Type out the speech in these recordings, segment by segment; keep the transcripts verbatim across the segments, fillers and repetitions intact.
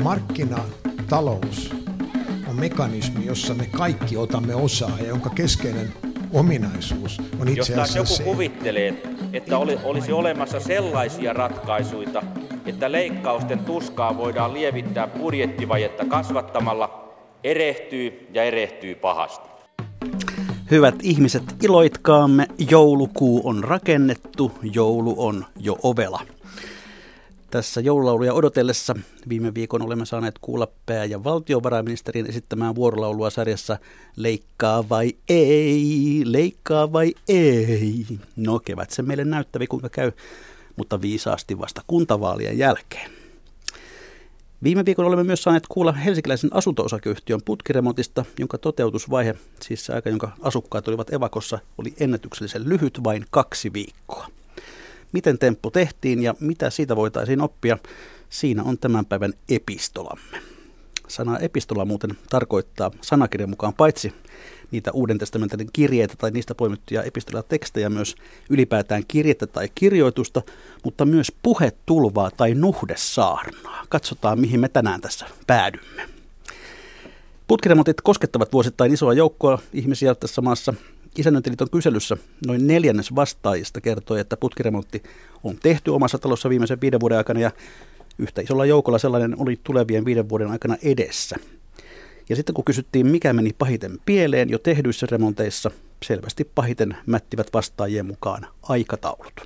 Markkinatalous on mekanismi, jossa me kaikki otamme osaa ja jonka keskeinen ominaisuus on itse asiassa Jos se. joku kuvittelee, että oli, olisi olemassa sellaisia ratkaisuja, että leikkausten tuskaa voidaan lievittää budjettivajetta kasvattamalla, erehtyy ja erehtyy pahasti. Hyvät ihmiset, iloitkaamme, joulukuu on rakennettu, joulu on jo ovela. Tässä joululauluja odotellessa viime viikon olemme saaneet kuulla pää- ja valtiovarainministerin esittämään vuorolaulua sarjassa Leikkaa vai ei, leikkaa vai ei. No kevät se meille näyttävi kuinka käy, mutta viisaasti vasta kuntavaalien jälkeen. Viime viikon olemme myös saaneet kuulla helsinkiläisen asunto-osakeyhtiön putkiremontista, jonka toteutusvaihe, siis se aika, jonka asukkaat olivat evakossa, oli ennätyksellisen lyhyt, vain kaksi viikkoa. Miten temppu tehtiin ja mitä siitä voitaisiin oppia, siinä on tämän päivän epistolamme. Sana epistola muuten tarkoittaa sanakirjan mukaan paitsi niitä Uuden testamentin kirjeitä tai niistä poimittuja epistolatekstejä, myös ylipäätään kirjettä tai kirjoitusta, mutta myös puhetulvaa tai nuhdesaarnaa. Katsotaan, mihin me tänään tässä päädymme. Putkiremontit koskettavat vuosittain isoa joukkoa ihmisiä tässä maassa. Isännöintiliiton kyselyssä noin neljännes vastaajista kertoi, että putkiremontti on tehty omassa talossa viimeisen viiden vuoden aikana ja yhtä isolla joukolla sellainen oli tulevien viiden vuoden aikana edessä. Ja sitten kun kysyttiin, mikä meni pahiten pieleen jo tehdyissä remonteissa, selvästi pahiten mättivät vastaajien mukaan aikataulut.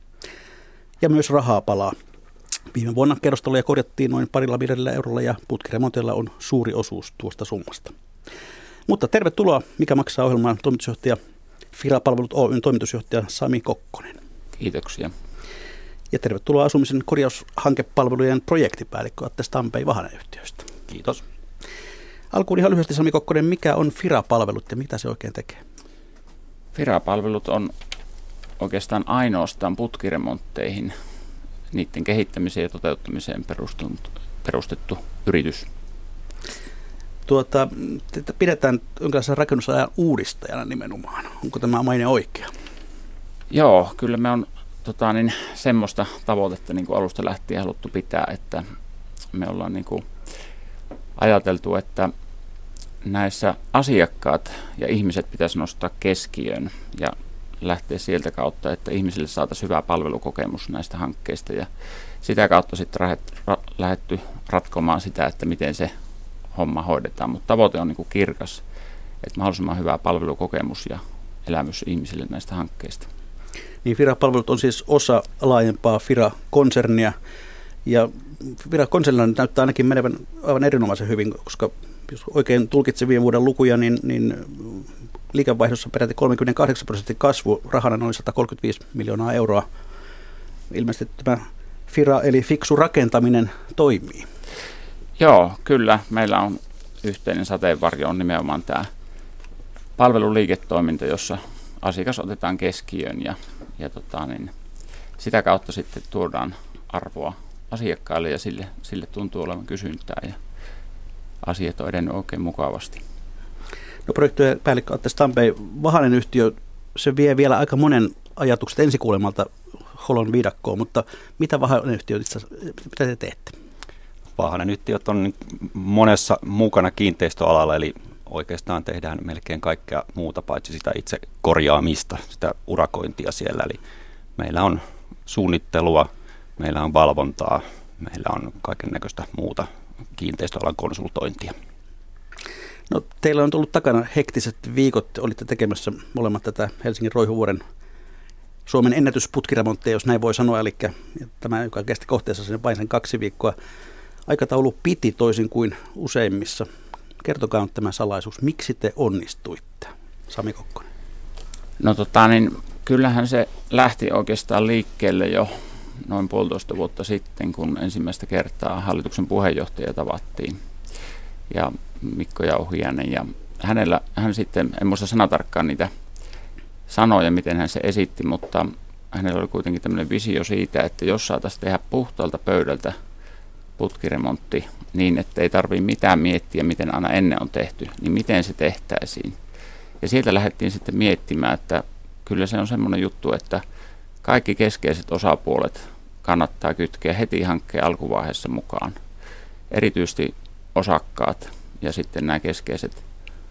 Ja myös rahaa palaa. Viime vuonna kerrostaloja korjattiin noin parilla viidellä eurolla ja putkiremonteilla on suuri osuus tuosta summasta. Mutta tervetuloa, mikä maksaa ohjelmaan toimitusjohtaja Fira-palvelut Oyn toimitusjohtaja Sami Kokkonen. Kiitoksia. Ja tervetuloa asumisen korjaushankepalvelujen projektipäällikkö Atte Stampei Vahanen yhtiöstä. Kiitos. Alkuun ihan lyhyesti Sami Kokkonen, mikä on Fira-palvelut ja mitä se oikein tekee? Fira-palvelut on oikeastaan ainoastaan putkiremontteihin, niiden kehittämiseen ja toteuttamiseen perustettu yritys. Tuota, pidetään jonkinlaisen rakennusajan uudistajana nimenomaan. Onko tämä maine oikea? Joo, kyllä me on tota, niin, semmoista tavoitetta niin kuin alusta lähtien haluttu pitää, että me ollaan niin kuin ajateltu, että näissä asiakkaat ja ihmiset pitäisi nostaa keskiöön ja lähteä sieltä kautta, että ihmisille saataisiin hyvä palvelukokemus näistä hankkeista ja sitä kautta sitten lähdetty ratkomaan sitä, että miten se homma hoidetaan, mutta tavoite on niin kuin kirkas, että mahdollisimman hyvä palvelukokemus ja elämys ihmisille näistä hankkeista. Niin Fira-palvelut on siis osa laajempaa Fira-konsernia ja Fira-konsernilla näyttää ainakin menevän aivan erinomaisen hyvin, koska jos oikein tulkitsen viime vuoden lukuja, niin, niin liikevaihdossa peräti kolmekymmentäkahdeksan prosentin kasvu, rahana noin sata kolmekymmentäviisi miljoonaa euroa. Ilmeisesti tämä Fira eli fiksu rakentaminen toimii. Joo, kyllä. Meillä on yhteinen sateenvarjo on nimenomaan tämä palveluliiketoiminta, jossa asiakas otetaan keskiöön ja, ja tota, niin sitä kautta sitten tuodaan arvoa asiakkaille ja sille, sille tuntuu olevan kysyntää ja asiat on edennyt oikein mukavasti. No projektien päällikkö Atte Stampei, Vahanen yhtiö, se vie vielä aika monen ajatukset ensikuulemalta Holon viidakkoon, mutta mitä Vahanen yhtiö, mitä te teette? Vahanen yhtiöt on monessa mukana kiinteistöalalla, eli oikeastaan tehdään melkein kaikkea muuta paitsi sitä itse korjaamista, sitä urakointia siellä. Eli meillä on suunnittelua, meillä on valvontaa, meillä on kaiken näköistä muuta kiinteistöalan konsultointia. No, teillä on tullut takana hektiset viikot, olitte tekemässä molemmat tätä Helsingin Roihuvuoren Suomen ennätysputkiremontteja, jos näin voi sanoa, eli tämä, joka kesti kohteessa sen vain sen kaksi viikkoa. Aikataulu piti toisin kuin useimmissa. Kertokaa nyt tämä salaisuus. Miksi te onnistuitte, Sami Kokkonen? No tota niin, kyllähän se lähti oikeastaan liikkeelle jo noin puolitoista vuotta sitten, kun ensimmäistä kertaa hallituksen puheenjohtaja tavattiin. Ja Mikko Jauhiainen. Ja hänellä, hän sitten, en muista sanatarkkaan niitä sanoja, miten hän se esitti, mutta hänellä oli kuitenkin tämmöinen visio siitä, että jos saataisiin tehdä puhtaalta pöydältä putkiremontti niin, että ei tarvitse mitään miettiä, miten aina ennen on tehty, niin miten se tehtäisiin. Ja sieltä lähdettiin sitten miettimään, että kyllä se on semmoinen juttu, että kaikki keskeiset osapuolet kannattaa kytkeä heti hankkeen alkuvaiheessa mukaan. erityisesti osakkaat ja sitten nämä keskeiset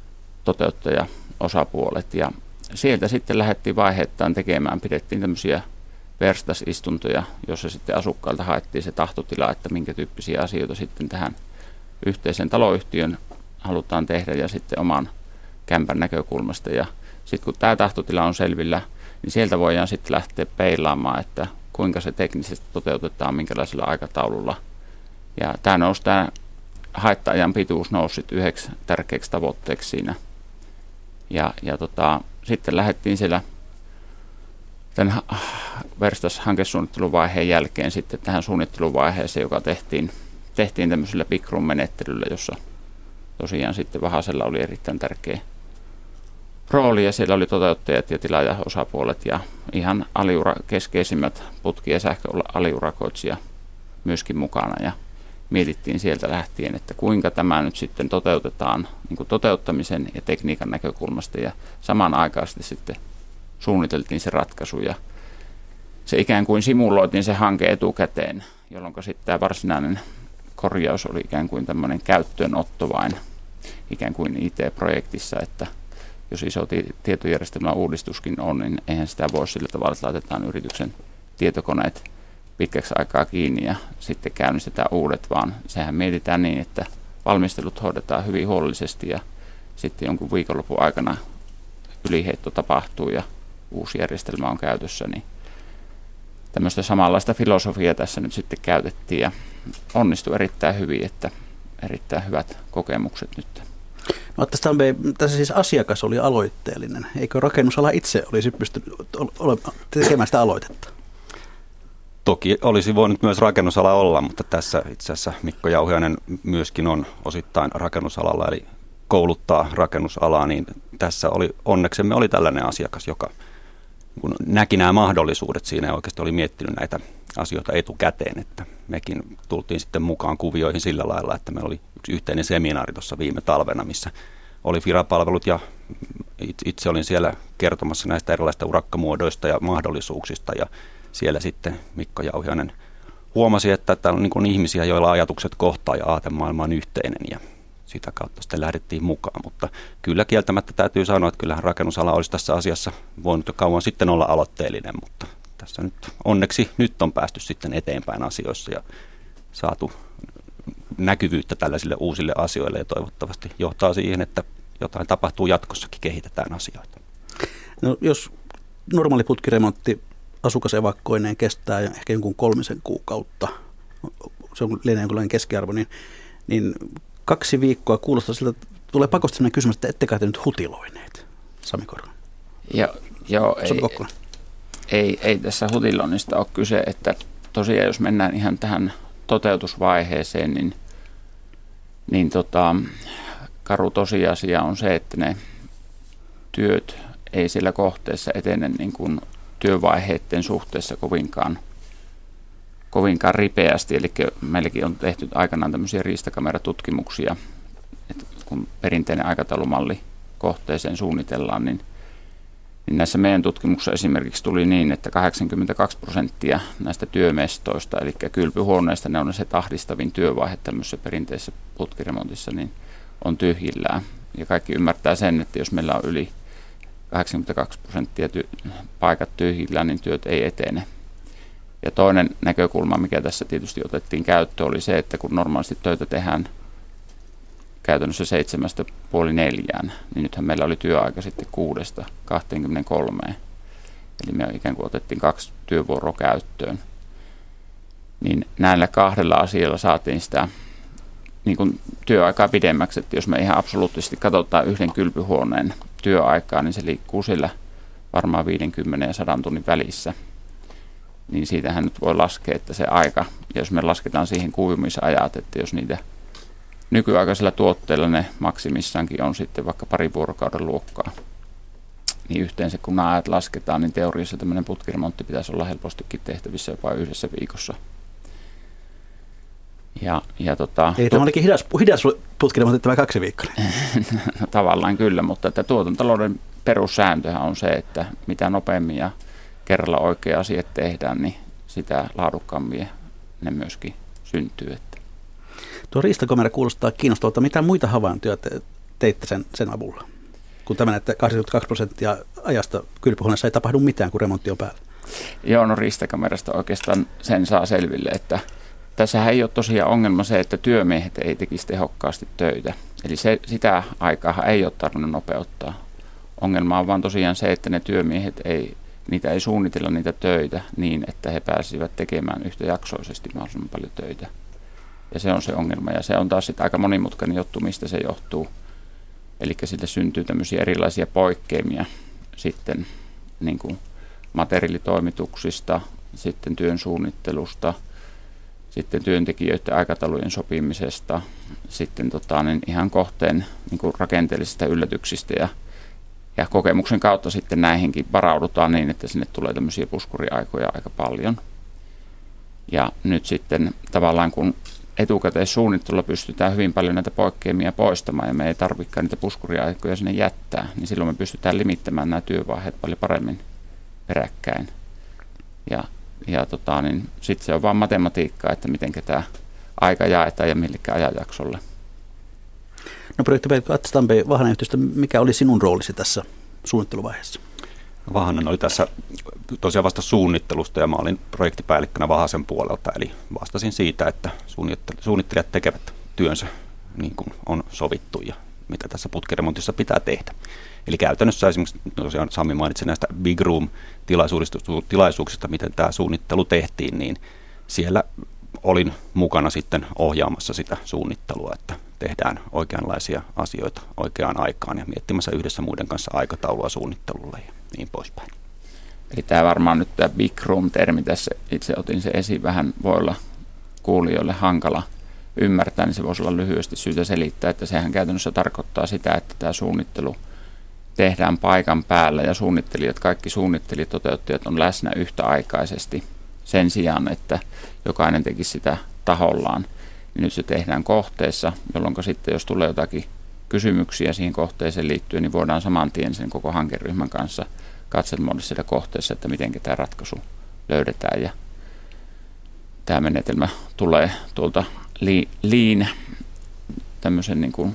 toteuttajaosapuolet. Ja sieltä sitten lähdettiin vaiheittain tekemään, pidettiin tämmöisiä verstasistuntoja, jossa sitten asukkailta haettiin se tahtotila, että minkä tyyppisiä asioita sitten tähän yhteisen taloyhtiön halutaan tehdä ja sitten oman kämpän näkökulmasta. Ja sitten kun tämä tahtotila on selvillä, niin sieltä voidaan sitten lähteä peilaamaan, että kuinka se teknisesti toteutetaan, minkälaisella aikataululla. Ja tämä nousi, tämä haitta-ajan pituus nousi yhdeksi tärkeäksi tavoitteeksi siinä. Ja, ja tota, sitten lähdettiin siellä tämän verstas-hankesuunnitteluvaiheen jälkeen sitten tähän suunnitteluvaiheeseen, joka tehtiin, tehtiin tämmöisellä big room-menettelyllä, jossa tosiaan sitten Vahasella oli erittäin tärkeä rooli ja siellä oli toteuttajat ja tilaajaosapuolet ja ihan aliura, keskeisimmät putki- ja sähköaliurakoitsija myöskin mukana ja mietittiin sieltä lähtien, että kuinka tämä nyt sitten toteutetaan niin kuin toteuttamisen ja tekniikan näkökulmasta ja samanaikaisesti sitten suunniteltiin se ratkaisu ja se ikään kuin simuloitiin se hanke etukäteen, jolloin sitten tämä varsinainen korjaus oli ikään kuin tämmöinen käyttöönotto vain ikään kuin I T-projektissa, että jos iso tietojärjestelmän uudistuskin on, niin eihän sitä voi sillä tavalla, että laitetaan yrityksen tietokoneet pitkäksi aikaa kiinni ja sitten käynnistetään uudet, vaan sehän mietitään niin, että valmistelut hoidetaan hyvin huolellisesti ja sitten jonkun viikonlopun aikana yliheitto tapahtuu ja uusi järjestelmä on käytössä, niin tämmöistä samanlaista filosofiaa tässä nyt sitten käytettiin ja onnistui erittäin hyvin, että erittäin hyvät kokemukset nyt. No, tästä, tässä siis asiakas oli aloitteellinen. Eikö rakennusala itse olisi pystynyt tekemään sitä aloitetta? Toki olisi voinut myös rakennusala olla, mutta tässä itse asiassa Mikko Jauhiainen myöskin on osittain rakennusalalla, eli kouluttaa rakennusalaa, niin tässä oli, onneksemme oli tällainen asiakas, joka kun näki nämä mahdollisuudet siinä ja oikeasti oli miettinyt näitä asioita etukäteen, että mekin tultiin sitten mukaan kuvioihin sillä lailla, että meillä oli yksi yhteinen seminaari tuossa viime talvena, missä oli Fira-palvelut ja itse olin siellä kertomassa näistä erilaisista urakkamuodoista ja mahdollisuuksista ja siellä sitten Mikko Jauhiainen huomasi, että täällä on niin kuin ihmisiä, joilla ajatukset kohtaa ja aatemaailma on yhteinen ja sitä kautta sitten lähdettiin mukaan, mutta kyllä kieltämättä täytyy sanoa, että kyllähän rakennusala olisi tässä asiassa voinut jo kauan sitten olla aloitteellinen, mutta tässä nyt onneksi nyt on päästy sitten eteenpäin asioissa ja saatu näkyvyyttä tällaisille uusille asioille ja toivottavasti johtaa siihen, että jotain tapahtuu jatkossakin, kehitetään asioita. No, jos normaali putkiremontti asukasevakkoineen kestää ehkä jonkun kolmisen kuukautta, se on lienee jonkinlainen keskiarvo, niin, niin kaksi viikkoa kuulostaa siltä, että tulee pakosti sellainen kysymys, että ette kai te nyt hutiloineet, Sami Korhonen. Jo, joo, ei, ei, ei tässä hutiloinnista ole kyse, että tosiaan jos mennään ihan tähän toteutusvaiheeseen, niin, niin tota, karu tosiasia on se, että ne työt ei siellä kohteessa etene niin kuin työvaiheiden suhteessa kovinkaan, kovinkaan ripeästi. Eli meilläkin on tehty aikanaan tämmöisiä riistakameratutkimuksia, että kun perinteinen aikataulumalli kohteeseen suunnitellaan, niin, niin näissä meidän tutkimuksissa esimerkiksi tuli niin, että kahdeksankymmentäkaksi prosenttia näistä työmestoista, eli kylpyhuoneista, ne on se tahdistavin työvaihe tämmöisessä perinteisessä putkiremontissa, niin on tyhjillään. Ja kaikki ymmärtää sen, että jos meillä on yli kahdeksankymmentäkaksi prosenttia ty- paikat tyhjillään, niin työt ei etene. Ja toinen näkökulma, mikä tässä tietysti otettiin käyttöön, oli se, että kun normaalisti töitä tehdään käytännössä seitsemästä puoli neljään, niin nythän meillä oli työaika sitten kuudesta kaksikymmentäkolme. Eli me ikään kuin otettiin kaksi työvuoroa käyttöön. Niin näillä kahdella asialla saatiin sitä niin kuin työaikaa pidemmäksi, että jos me ihan absoluuttisesti katsotaan yhden kylpyhuoneen työaikaa, niin se liikkuu sillä varmaan viisikymmentä ja sata tunnin välissä. Niin siitähän nyt voi laskea, että se aika, ja jos me lasketaan siihen kuivumisajat, että jos niitä nykyaikaisilla tuotteilla ne maksimissaankin on sitten vaikka pari vuorokauden luokkaa, niin yhteensä kun nämä ajat lasketaan, niin teoriassa tämmöinen putkiremontti pitäisi olla helpostikin tehtävissä jopa yhdessä viikossa. Ja, ja tota, Eli tämä olikin hidas, hidas putkiremontti tämä kaksi viikkoa. No, tavallaan kyllä, mutta että tuotantotalouden perussääntöhän on se, että mitä nopeammin ja kerralla oikea asiat tehdään, niin sitä laadukkaammin ne myöskin syntyy. Tuo riistakamera kuulostaa kiinnostavalta. Mitä muita havaintoja te teitte sen, sen avulla? Kun tämä, että kahdeksankymmentäkaksi prosenttia ajasta kylpyhuoneessa ei tapahdu mitään, kun remontti on päällä. Joo, no riistakamerasta oikeastaan sen saa selville, että tässähän ei ole tosiaan ongelma se, että työmiehet ei tekisi tehokkaasti töitä. Eli se, sitä aikaa ei ole tarvinnut nopeuttaa. Ongelma on vaan tosiaan se, että ne työmiehet ei, niitä ei suunnitella niitä töitä niin, että he pääsivät tekemään yhtäjaksoisesti mahdollisimman paljon töitä. Ja se on se ongelma. Ja se on taas sitten aika monimutkainen juttu, mistä se johtuu. Eli siitä syntyy tämmöisiä erilaisia poikkeamia sitten niin kuin materiaalitoimituksista, sitten työn suunnittelusta, sitten työntekijöiden aikataulujen sopimisesta, sitten tota, niin ihan kohteen niin kuin rakenteellisista yllätyksistä ja, ja kokemuksen kautta sitten näihinkin varaudutaan niin, että sinne tulee tämmöisiä puskuriaikoja aika paljon. Ja nyt sitten tavallaan kun etukäteissuunnittelulla pystytään hyvin paljon näitä poikkeamia poistamaan ja me ei tarvitsekaan niitä puskuriaikoja sinne jättää, niin silloin me pystytään limittämään nämä työvaiheet paljon paremmin peräkkäin. Ja, ja tota, niin sitten se on vaan matematiikkaa, että miten tämä aika jaetaan ja millekään ajanjaksolle. No projektipäällikkö Atte Stampe Vahanen yhteistyö, mikä oli sinun roolisi tässä suunnitteluvaiheessa? Vahanen oli tässä tosiaan vasta suunnittelusta ja mä olin projektipäällikkönä Vahasen puolelta, eli vastasin siitä, että suunnittelijat tekevät työnsä niin kuin on sovittu ja mitä tässä putkiremontissa pitää tehdä. Eli käytännössä esimerkiksi tosiaan Sami mainitsi näistä Big Room-tilaisuuksista, miten tämä suunnittelu tehtiin, niin siellä olin mukana sitten ohjaamassa sitä suunnittelua, että tehdään oikeanlaisia asioita oikeaan aikaan ja miettimässä yhdessä muiden kanssa aikataulua suunnittelulle ja niin poispäin. Eli tämä varmaan nyt tämä Big Room-termi tässä, itse otin se esiin, vähän voi olla kuulijoille hankala ymmärtää, niin se voisi olla lyhyesti syytä selittää, että sehän käytännössä tarkoittaa sitä, että tämä suunnittelu tehdään paikan päällä ja suunnittelijat, kaikki suunnittelijat, toteuttajat on läsnä yhtäaikaisesti sen sijaan, että jokainen tekisi sitä tahollaan. Niin nyt se tehdään kohteessa, jolloin sitten jos tulee jotakin kysymyksiä siihen kohteeseen liittyen, niin voidaan saman tien sen koko hankeryhmän kanssa katsomaan siellä kohteessa, että miten tämä ratkaisu löydetään. Ja tämä menetelmä tulee tuolta Lean tämmöisen niin kuin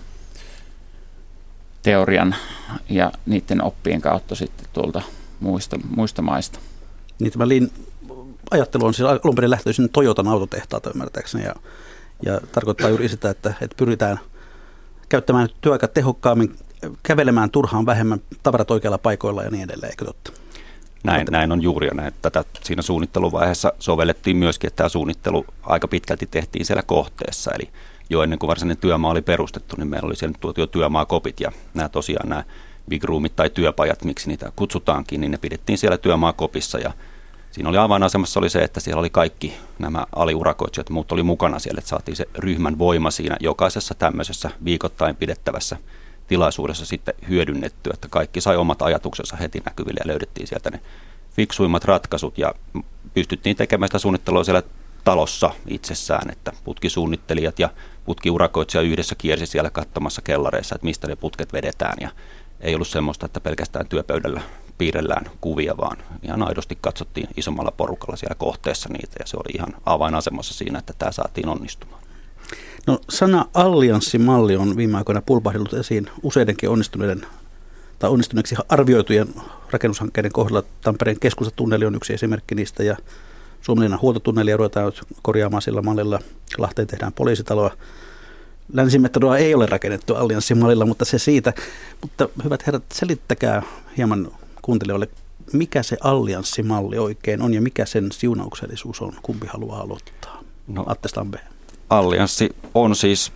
teorian ja niiden oppien kautta sitten tuolta muista, muista maista. Niin tämä Lean ajattelu on siis alun perin lähtöisin Toyotan autotehtaalta ymmärtääkseni ja, ja tarkoittaa juuri sitä, että, että pyritään käyttämään työaikaa tehokkaammin, kävelemään turhaan vähemmän, tavarat oikealla paikoilla ja niin edelleen, eikö totta? Näin, näin on juuri, ja näin, tätä siinä suunnitteluvaiheessa sovellettiin myöskin, että tämä suunnittelu aika pitkälti tehtiin siellä kohteessa, eli jo ennen kuin varsinainen työmaa oli perustettu, niin meillä oli siellä tuotu jo työmaakopit, ja nämä tosiaan nämä big roomit tai työpajat, miksi niitä kutsutaankin, niin ne pidettiin siellä työmaakopissa, ja siinä oli avainasemassa oli se, että siellä oli kaikki nämä aliurakoitsijat, muut oli mukana siellä, että saatiin se ryhmän voima siinä jokaisessa tämmöisessä viikoittain pidettävässä tilaisuudessa sitten hyödynnetty, että kaikki sai omat ajatuksensa heti näkyville ja löydettiin sieltä ne fiksuimmat ratkaisut ja pystyttiin tekemään sitä suunnittelua siellä talossa itsessään, että putkisuunnittelijat ja putkiurakoitsija yhdessä kiersi siellä katsomassa kellareissa, että mistä ne putket vedetään ja ei ollut semmoista, että pelkästään työpöydällä piirrellään kuvia, vaan ihan aidosti katsottiin isommalla porukalla siellä kohteessa niitä ja se oli ihan avainasemassa siinä, että tämä saatiin onnistumaan. No, sana allianssimalli on viime aikoina pulpahdellut esiin useidenkin onnistuneiden tai onnistuneeksi arvioitujen rakennushankkeiden kohdalla. Tampereen keskustatunneli on yksi esimerkki niistä ja Suomenlinnan huoltotunnelia ruvetaan nyt korjaamaan sillä mallilla. Lahteen tehdään poliisitaloa. Länsimetroa ei ole rakennettu allianssimallilla, mutta se siitä. Mutta hyvät herrat, selittäkää hieman kuuntelijoille, mikä se allianssimalli oikein on ja mikä sen siunauksellisuus on. Kumpi haluaa aloittaa? No, Atte Stampe. Allianssi on siis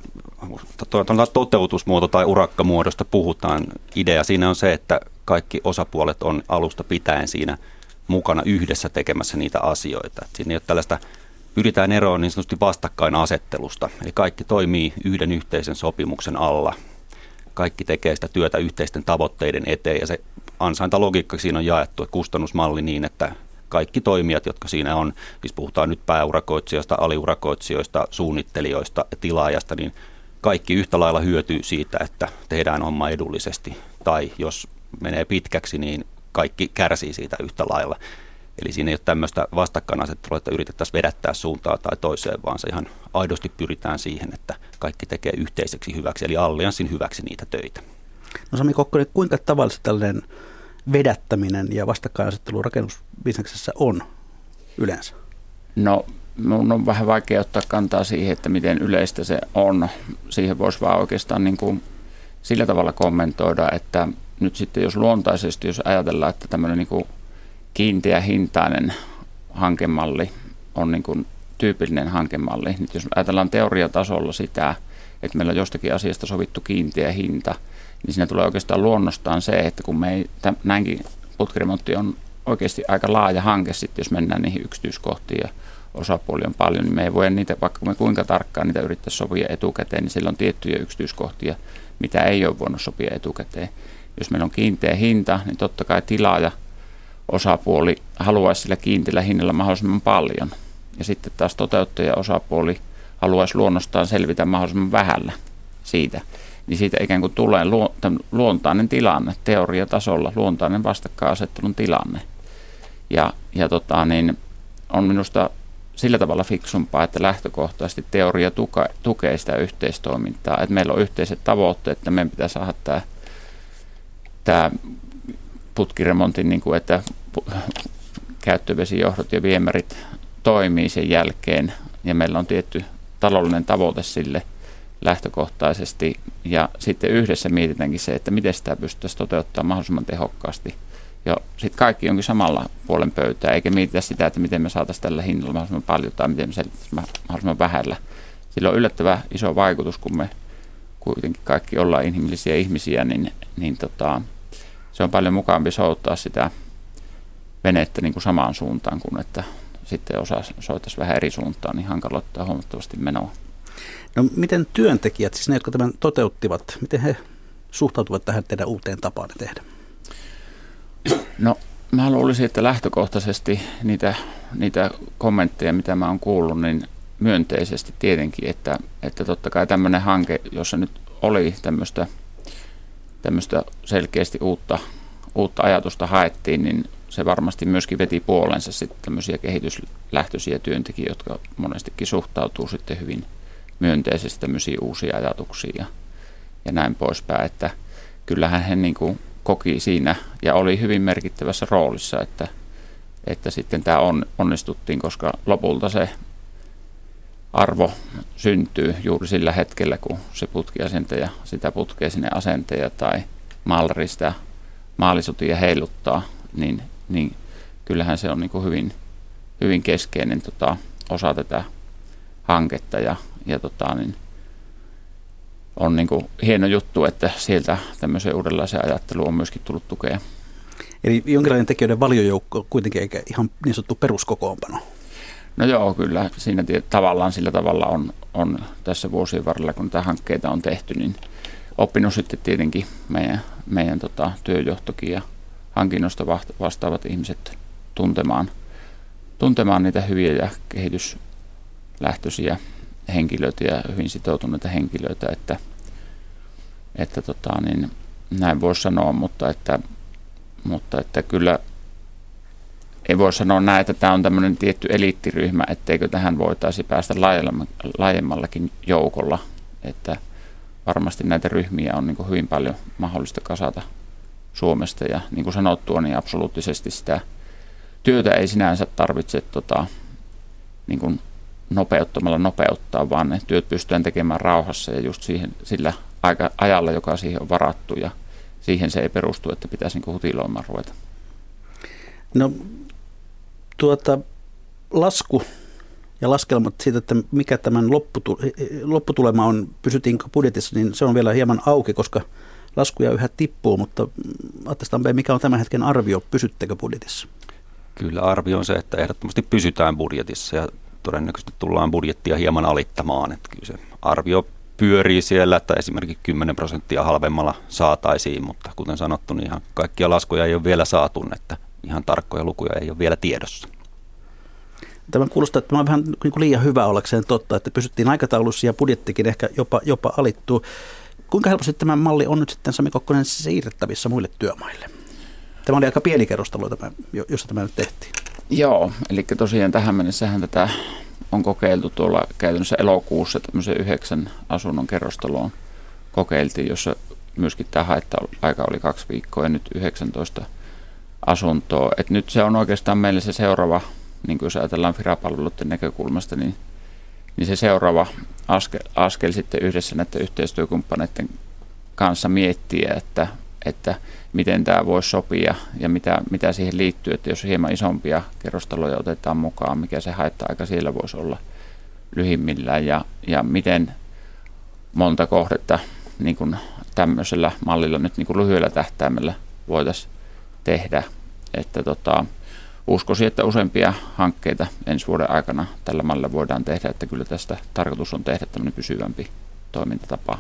toteutusmuoto tai urakkamuodosta puhutaan. Idea siinä on se, että kaikki osapuolet on alusta pitäen siinä mukana yhdessä tekemässä niitä asioita. Et siinä ei ole tällaista, pyritään eroon niin sanotusti vastakkainasettelusta. Eli kaikki toimii yhden yhteisen sopimuksen alla. Kaikki tekee sitä työtä yhteisten tavoitteiden eteen ja se ansaintalogiikka siinä on jaettu kustannusmalli niin, että kaikki toimijat, jotka siinä on, siis puhutaan nyt pääurakoitsijoista, aliurakoitsijoista, suunnittelijoista ja tilaajasta, niin kaikki yhtä lailla hyötyy siitä, että tehdään homma edullisesti. Tai jos menee pitkäksi, niin kaikki kärsii siitä yhtä lailla. Eli siinä ei ole tämmöistä vastakkainasettelua, että yritettäisiin vedättää suuntaan tai toiseen, vaan se ihan aidosti pyritään siihen, että kaikki tekee yhteiseksi hyväksi, eli allianssin hyväksi niitä töitä. No Sami Kokkonen, kuinka tavallisesti tällainen vedättäminen ja vastakkainasettelu rakennusbisneksessä on yleensä? No mun on vähän vaikea ottaa kantaa siihen, että miten yleistä se on. Siihen voisi vaan oikeastaan niin kuin sillä tavalla kommentoida, että nyt sitten jos luontaisesti, jos ajatellaan, että tämmöinen niin kuin kiinteä hintainen hankemalli on niin kuin tyypillinen hankemalli, niin jos ajatellaan teoriatasolla sitä, että meillä on jostakin asiasta sovittu kiinteä hinta, niin siinä tulee oikeastaan luonnostaan se, että kun me ei, täm, näinkin putkiremontti on oikeasti aika laaja hanke sitten, jos mennään niihin yksityiskohtiin ja osapuoli on paljon, niin me ei voi niitä, vaikka me kuinka tarkkaan niitä yrittäisiin sopia etukäteen, niin sillä on tiettyjä yksityiskohtia, mitä ei ole voinut sopia etukäteen. Jos meillä on kiinteä hinta, niin totta kai tilaaja osapuoli haluaisi sillä kiinteällä hinnalla mahdollisimman paljon. Ja sitten taas toteuttaja osapuoli haluaisi luonnostaan selvitä mahdollisimman vähällä siitä. Niin siitä ikään kuin tulee luontainen tilanne, teoriatasolla luontainen vastakkainasettelun tilanne. Ja, ja tota, niin on minusta sillä tavalla fiksumpaa, että lähtökohtaisesti teoria tuke, tukee sitä yhteistoimintaa. Että meillä on yhteiset tavoitteet, että meidän pitää saada tämä, tämä putkiremontin, niin kuin, että käyttövesijohdot ja viemärit toimii sen jälkeen. Ja meillä on tietty taloudellinen tavoite sille lähtökohtaisesti. Ja sitten yhdessä mietitäänkin se, että miten sitä pystyttäisiin toteuttamaan mahdollisimman tehokkaasti. Ja sitten kaikki onkin samalla puolen pöytää, eikä mietitä sitä, että miten me saataisiin tällä hinnalla mahdollisimman paljon tai miten me selittäisiin mahdollisimman vähällä. Sillä on yllättävän iso vaikutus, kun me kuitenkin kaikki ollaan inhimillisiä ihmisiä, niin, niin tota, se on paljon mukavampi souttaa sitä venettä niin kuin samaan suuntaan, kuin että sitten osa soittaisi vähän eri suuntaan, niin hankaloittaa huomattavasti menoa. No miten työntekijät, siis ne, jotka tämän toteuttivat, miten he suhtautuvat tähän teidän uuteen tapaan tehdä? No mä luulisin, että lähtökohtaisesti niitä, niitä kommentteja, mitä mä oon kuullut, niin myönteisesti tietenkin, että, että totta kai tämmöinen hanke, jossa nyt oli tämmöistä, tämmöistä selkeästi uutta, uutta ajatusta haettiin, niin se varmasti myöskin veti puolensa sitten tämmöisiä kehityslähtöisiä työntekijöitä, jotka monestikin suhtautuu sitten hyvin myönteisesti tämmöisiin uusia ajatuksia ja, ja näin poispäin, että kyllähän he niin kuin koki siinä ja oli hyvin merkittävässä roolissa, että, että sitten tämä on, onnistuttiin, koska lopulta se arvo syntyy juuri sillä hetkellä, kun se putkiasentaja sitä putkea sinne asenteja tai maalari sitä maalisutia heiluttaa, niin, niin kyllähän se on niin kuin hyvin, hyvin keskeinen tota, osa tätä hanketta ja, ja tota, niin on niin kuin hieno juttu, että sieltä tämmöisen uudenlaisen ajatteluun on myöskin tullut tukea. Eli jonkinlainen tekijöiden valiojoukko kuitenkin eikä ihan niin sanottu peruskokoonpano. No joo, kyllä siinä tavallaan sillä tavalla on, on tässä vuosien varrella, kun tätä hankkeita on tehty, niin oppinut sitten tietenkin meidän, meidän tota, työjohtokin ja hankinnosta vastaavat ihmiset tuntemaan, tuntemaan niitä hyviä ja kehityslähtöisiä henkilöitä ja hyvin sitoutuneita henkilöitä, että, että tota, niin näin voisi sanoa, mutta että, mutta että kyllä ei voi sanoa näin, että tämä on tämmöinen tietty eliittiryhmä, etteikö tähän voitaisiin päästä laajemmallakin joukolla, että varmasti näitä ryhmiä on niin kuin hyvin paljon mahdollista kasata Suomesta ja niin kuin sanottua, niin absoluuttisesti sitä työtä ei sinänsä tarvitse tota, niin kuin nopeuttamalla nopeuttaa, vaan ne työt pystytään tekemään rauhassa ja just siihen, sillä aika, ajalla, joka siihen on varattu ja siihen se ei perustu, että pitäisi niin hutiloimaan ruveta. No tuota, lasku ja laskelmat siitä, että mikä tämän lopputulema on, pysytiinkö budjetissa, niin se on vielä hieman auki, koska laskuja yhä tippuu, mutta Atte Stampe, mikä on tämän hetken arvio, pysyttekö budjetissa? Kyllä arvio on se, että ehdottomasti pysytään budjetissa ja todennäköisesti tullaan budjettia hieman alittamaan. Että kyllä se arvio pyörii siellä, että esimerkiksi kymmenen prosenttia halvemmalla saataisiin, mutta kuten sanottu, niin ihan kaikkia laskuja ei ole vielä saatu, että ihan tarkkoja lukuja ei ole vielä tiedossa. Tämä kuulostaa, että tämä on vähän niin kuin liian hyvä ollakseen totta, että pysyttiin aikataulussa ja budjettikin ehkä jopa, jopa alittuu. Kuinka helposti tämä malli on nyt sitten, Sami Kokkonen, siirrettävissä muille työmaille? Tämä oli aika pieni kerrostalo, jossa tämä nyt tehtiin. Joo, eli tosiaan tähän mennessähän tätä on kokeiltu tuolla käytännössä elokuussa tämmöisen yhdeksän asunnon kerrostaloon kokeiltiin, jossa myöskin tämä haitta-aika oli kaksi viikkoa ja nyt yhdeksäntoista asuntoa. Et nyt se on oikeastaan meille se seuraava, niin kuin jos ajatellaan Fira-palveluiden näkökulmasta, niin, niin se seuraava askel, askel sitten yhdessä näiden yhteistyökumppaneiden kanssa miettiä, että, että miten tämä voisi sopia ja mitä, mitä siihen liittyy, että jos hieman isompia kerrostaloja otetaan mukaan, mikä se haitta-aika siellä voisi olla lyhimmillään ja, ja miten monta kohdetta niin kuin tämmöisellä mallilla nyt niin kuin lyhyellä tähtäimellä voitaisiin tehdä. Että tota, uskoisin, että useampia hankkeita ensi vuoden aikana tällä mallilla voidaan tehdä, että kyllä tästä tarkoitus on tehdä tämmöinen pysyvämpi toimintatapa.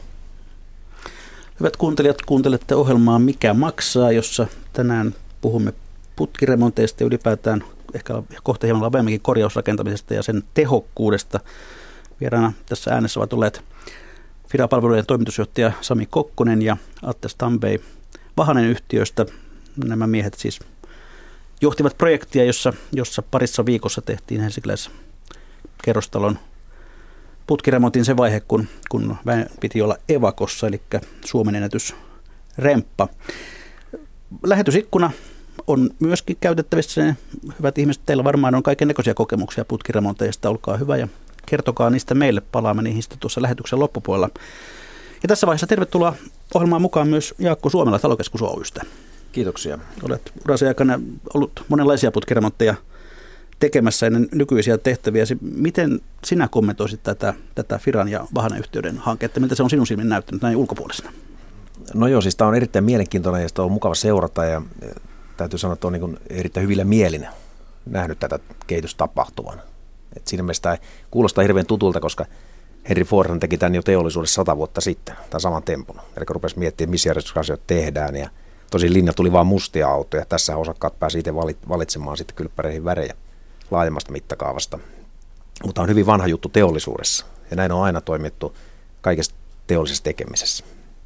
Hyvät kuuntelijat, kuuntelette ohjelmaa Mikä maksaa, jossa tänään puhumme putkiremonteista ja ylipäätään ehkä kohta hieman laveamminkin korjausrakentamisesta ja sen tehokkuudesta. Vieraana tässä äänessä ovat olleet Fira-palveluiden toimitusjohtaja Sami Kokkonen ja Atte Stambei Vahanen yhtiöstä. Nämä miehet siis johtivat projektia, jossa, jossa parissa viikossa tehtiin helsinkiläisen kerrostalon putkiremontin se vaihe, kun, kun piti olla evakossa, eli Suomen ennätysremppa. Lähetysikkuna on myöskin käytettävissä. Hyvät ihmiset, teillä varmaan on kaiken näköisiä kokemuksia putkiremonteista. Olkaa hyvä ja kertokaa niistä meille. Palaamme niihin sitten tuossa lähetyksen loppupuolella. Ja tässä vaiheessa tervetuloa ohjelmaan mukaan myös Jaakko Suomela Talokeskus Oy:stä. Kiitoksia. Olet urasi aikana ollut monenlaisia putkiremontteja tekemässä ennen nykyisiä tehtäviä. Miten sinä kommentoisit tätä, tätä Firan ja Vahanen yhtiöiden hanketta? Miltä se on sinun silmin näyttänyt näin ulkopuolisena? No joo, siis tämä on erittäin mielenkiintoinen ja sitä on mukava seurata ja täytyy sanoa, että on niin erittäin hyvillä mielin nähnyt tätä kehitystapahtuvan. Et siinä mielessä tämä kuulostaa hirveän tutulta, koska Henry Fordhan teki tämän jo teollisuudessa sata vuotta sitten, tämän saman tempun. Eli rupesi miettimään, missä järjestyksessä asioita tehdään ja tosi linja tuli vaan mustia autoja. Tässä osakkaat pääsi itse valitsemaan sitten kylppäreihin värejä laajemmasta mittakaavasta. Mutta on hyvin vanha juttu teollisuudessa ja näin on aina toimittu kaikessa teollisessa tekemisessä.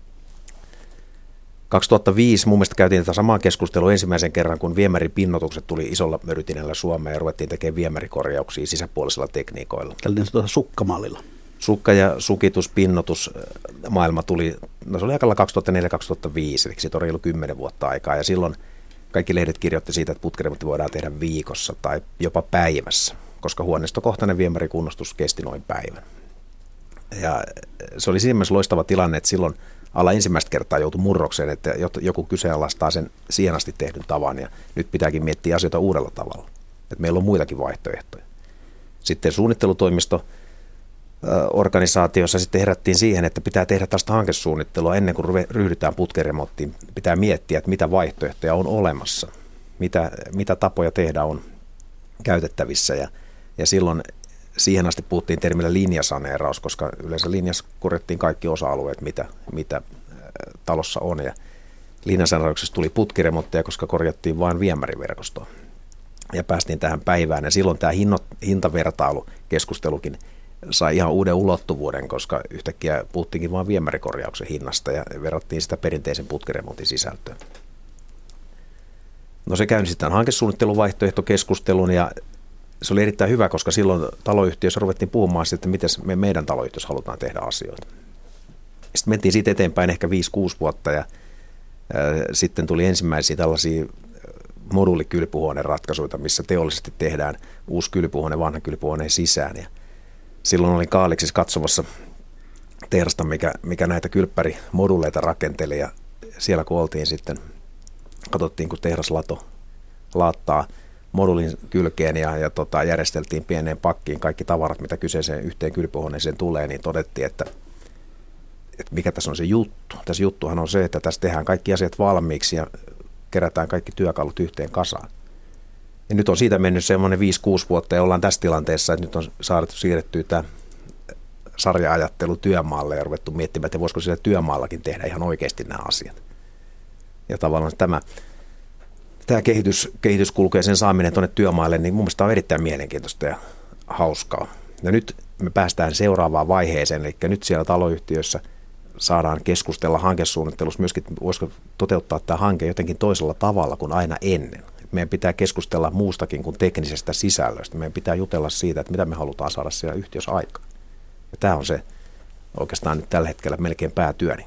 kaksituhattaviisi mun mielestä käytiin tätä samaa keskustelua ensimmäisen kerran, kun viemäripinnotukset tuli isolla mörötinällä Suomeen ja ruvettiin tekemään viemärikorjauksia sisäpuolisilla tekniikoilla. Tällainen sukkamallilla. Sukka- ja sukituspinnotus maailma tuli, no se oli aikalla kaksituhattaneljä kaksituhattaviisi, eli siitä on reilu kymmenen vuotta aikaa ja silloin kaikki lehdet kirjoitti siitä, että putkiremontti voidaan tehdä viikossa tai jopa päivässä, koska huoneistokohtainen viemärikunnostus kesti noin päivän. Ja se oli siinä mielessä loistava tilanne, että silloin ala ensimmäistä kertaa joutui murrokseen, että joku kyseenalaistaa sen siihen asti tehdyn tavan ja nyt pitääkin miettiä asioita uudella tavalla. Että meillä on muitakin vaihtoehtoja. Sitten suunnittelutoimisto organisaatiossa sitten herättiin siihen, että pitää tehdä tästä hankesuunnittelua ennen kuin ryhdytään putkiremonttiin. Pitää miettiä, että mitä vaihtoehtoja on olemassa, mitä, mitä tapoja tehdä on käytettävissä. Ja, ja silloin siihen asti puhuttiin termillä linjasaneeraus, koska yleensä linjassa korjattiin kaikki osa-alueet, mitä, mitä talossa on. Ja linjasaneerauksessa tuli putkiremontteja, koska korjattiin vain viemäriverkostoa. Ja päästiin tähän päivään. Ja silloin tämä hinno, hintavertailukeskustelukin sai ihan uuden ulottuvuuden, koska yhtäkkiä puhuttiinkin vain viemärikorjauksen hinnasta ja verrattiin sitä perinteisen putkiremontin sisältöön. No se käynnisti tämän hankesuunnitteluvaihtoehtokeskustelun ja se oli erittäin hyvä, koska silloin taloyhtiössä ruvettiin puhumaan siitä, että miten me meidän taloyhtiössä halutaan tehdä asioita. Sitten mentiin siitä eteenpäin ehkä viisi kuusi vuotta ja ää, sitten tuli ensimmäisiä tällaisia moduulikylpyhuoneen ratkaisuja, missä teollisesti tehdään uusi kylpyhuone vanhan kylpyhuoneen sisään ja silloin olin Kaaliksissa katsomassa tehdasta, mikä, mikä näitä kylppärimoduleita rakenteli ja siellä kun oltiin sitten, katsottiin kun tehdas lato, laattaa modulin kylkeen ja, ja tota, järjesteltiin pieneen pakkiin kaikki tavarat, mitä kyseiseen yhteen kylpyhuoneeseen tulee, niin todettiin, että, että mikä tässä on se juttu. Tässä juttuhan on se, että tässä tehdään kaikki asiat valmiiksi ja kerätään kaikki työkalut yhteen kasaan. Ja nyt on siitä mennyt semmoinen viisi kuusi vuotta ja ollaan tässä tilanteessa, että nyt on saatu siirrettyä tämä sarja-ajattelu työmaalle ja ruvettu miettimään, että voisiko siellä työmaallakin tehdä ihan oikeasti nämä asiat. Ja tavallaan tämä, tämä kehitys, kehityskulku ja sen saaminen tuonne työmaalle, niin mun mielestä on erittäin mielenkiintoista ja hauskaa. Ja nyt me päästään seuraavaan vaiheeseen, eli nyt siellä taloyhtiössä saadaan keskustella hankesuunnittelussa myöskin, voisiko toteuttaa tämä hanke jotenkin toisella tavalla kuin aina ennen. meidän pitää keskustella muustakin kuin teknisestä sisällöstä. Meidän pitää jutella siitä, että mitä me halutaan saada siellä yhtiössä aikaan. Ja tämä on se oikeastaan nyt tällä hetkellä melkein päätyöni.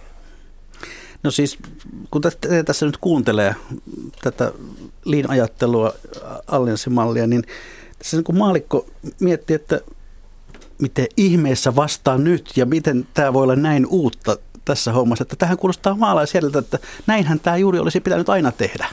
No siis, kun tässä nyt kuuntelee tätä lean-ajattelua, allianssimallia, niin tässä kun maallikko miettii, että miten ihmeessä vastaan nyt ja miten tämä voi olla näin uutta tässä hommassa, että tähän kuulostaa maalaisjärjeltä, että näinhän tämä juuri olisi pitänyt aina tehdä.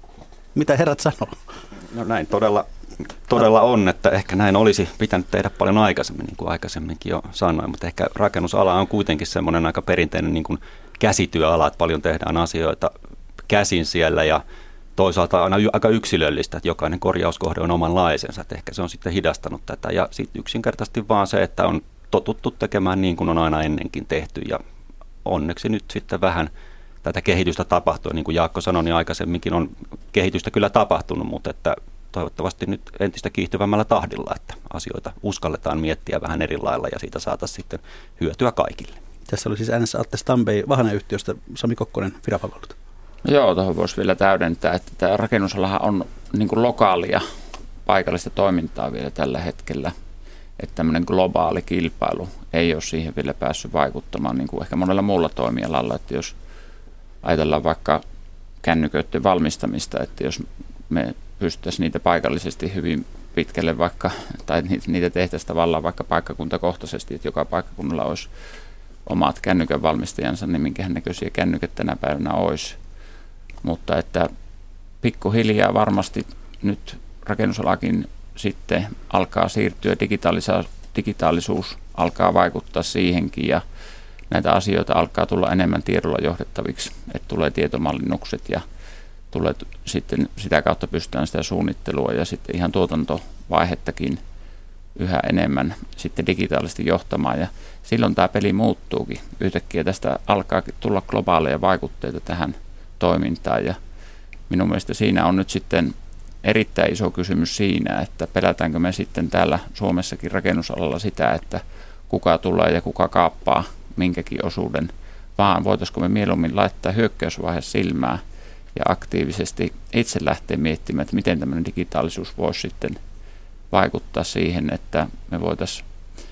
Mitä herrat sanoo? No näin todella, todella on, että ehkä näin olisi pitänyt tehdä paljon aikaisemmin, niin kuin aikaisemminkin jo sanoin, mutta ehkä rakennusala on kuitenkin semmoinen aika perinteinen niin kuin käsityöala, että paljon tehdään asioita käsin siellä ja toisaalta aina aika yksilöllistä, että jokainen korjauskohde on omanlaisensa, että ehkä se on sitten hidastanut tätä ja sitten yksinkertaisesti vaan se, että on totuttu tekemään niin kuin on aina ennenkin tehty ja onneksi nyt sitten vähän tätä kehitystä tapahtuu, niin kuin Jaakko sanoi, niin aikaisemminkin on kehitystä kyllä tapahtunut, mutta että toivottavasti nyt entistä kiihtyvämmällä tahdilla, että asioita uskalletaan miettiä vähän eri lailla ja siitä saataisiin sitten hyötyä kaikille. Tässä oli siis äänessä Atte Stambei Vahana-yhtiöstä, Sami Kokkonen Firapalvelut. Joo, tuohon voisi vielä täydentää, että tämä rakennusalahan on niin kuin lokaalia paikallista toimintaa vielä tällä hetkellä, että tämmöinen globaali kilpailu ei ole siihen vielä päässyt vaikuttamaan niin kuin ehkä monella muulla toimialalla, että jos ajatellaan vaikka kännyköiden valmistamista, että jos me pystyttäisiin niitä paikallisesti hyvin pitkälle vaikka, tai niitä tehtäisiin tavallaan vaikka paikkakuntakohtaisesti, että joka paikkakunnalla olisi omat kännykän valmistajansa, niin minkähän näköisiä kännykät tänä päivänä olisi. Mutta että pikkuhiljaa varmasti nyt rakennusalakin sitten alkaa siirtyä, digitaalisuus alkaa vaikuttaa siihenkin ja näitä asioita alkaa tulla enemmän tiedolla johdettaviksi, että tulee tietomallinnukset ja tulee sitten sitä kautta pystytään sitä suunnittelua ja sitten ihan tuotantovaihettakin yhä enemmän sitten digitaalisesti johtamaan ja silloin tämä peli muuttuukin. Yhtäkkiä tästä alkaa tulla globaaleja vaikutteita tähän toimintaan ja minun mielestä siinä on nyt sitten erittäin iso kysymys siinä, että pelätäänkö me sitten täällä Suomessakin rakennusalalla sitä, että kuka tulee ja kuka kaappaa minkäkin osuuden, vaan voitaisiko me mieluummin laittaa hyökkäysvaihe silmää ja aktiivisesti itse lähteä miettimään, että miten tämmöinen digitaalisuus voisi sitten vaikuttaa siihen, että me voitaisiin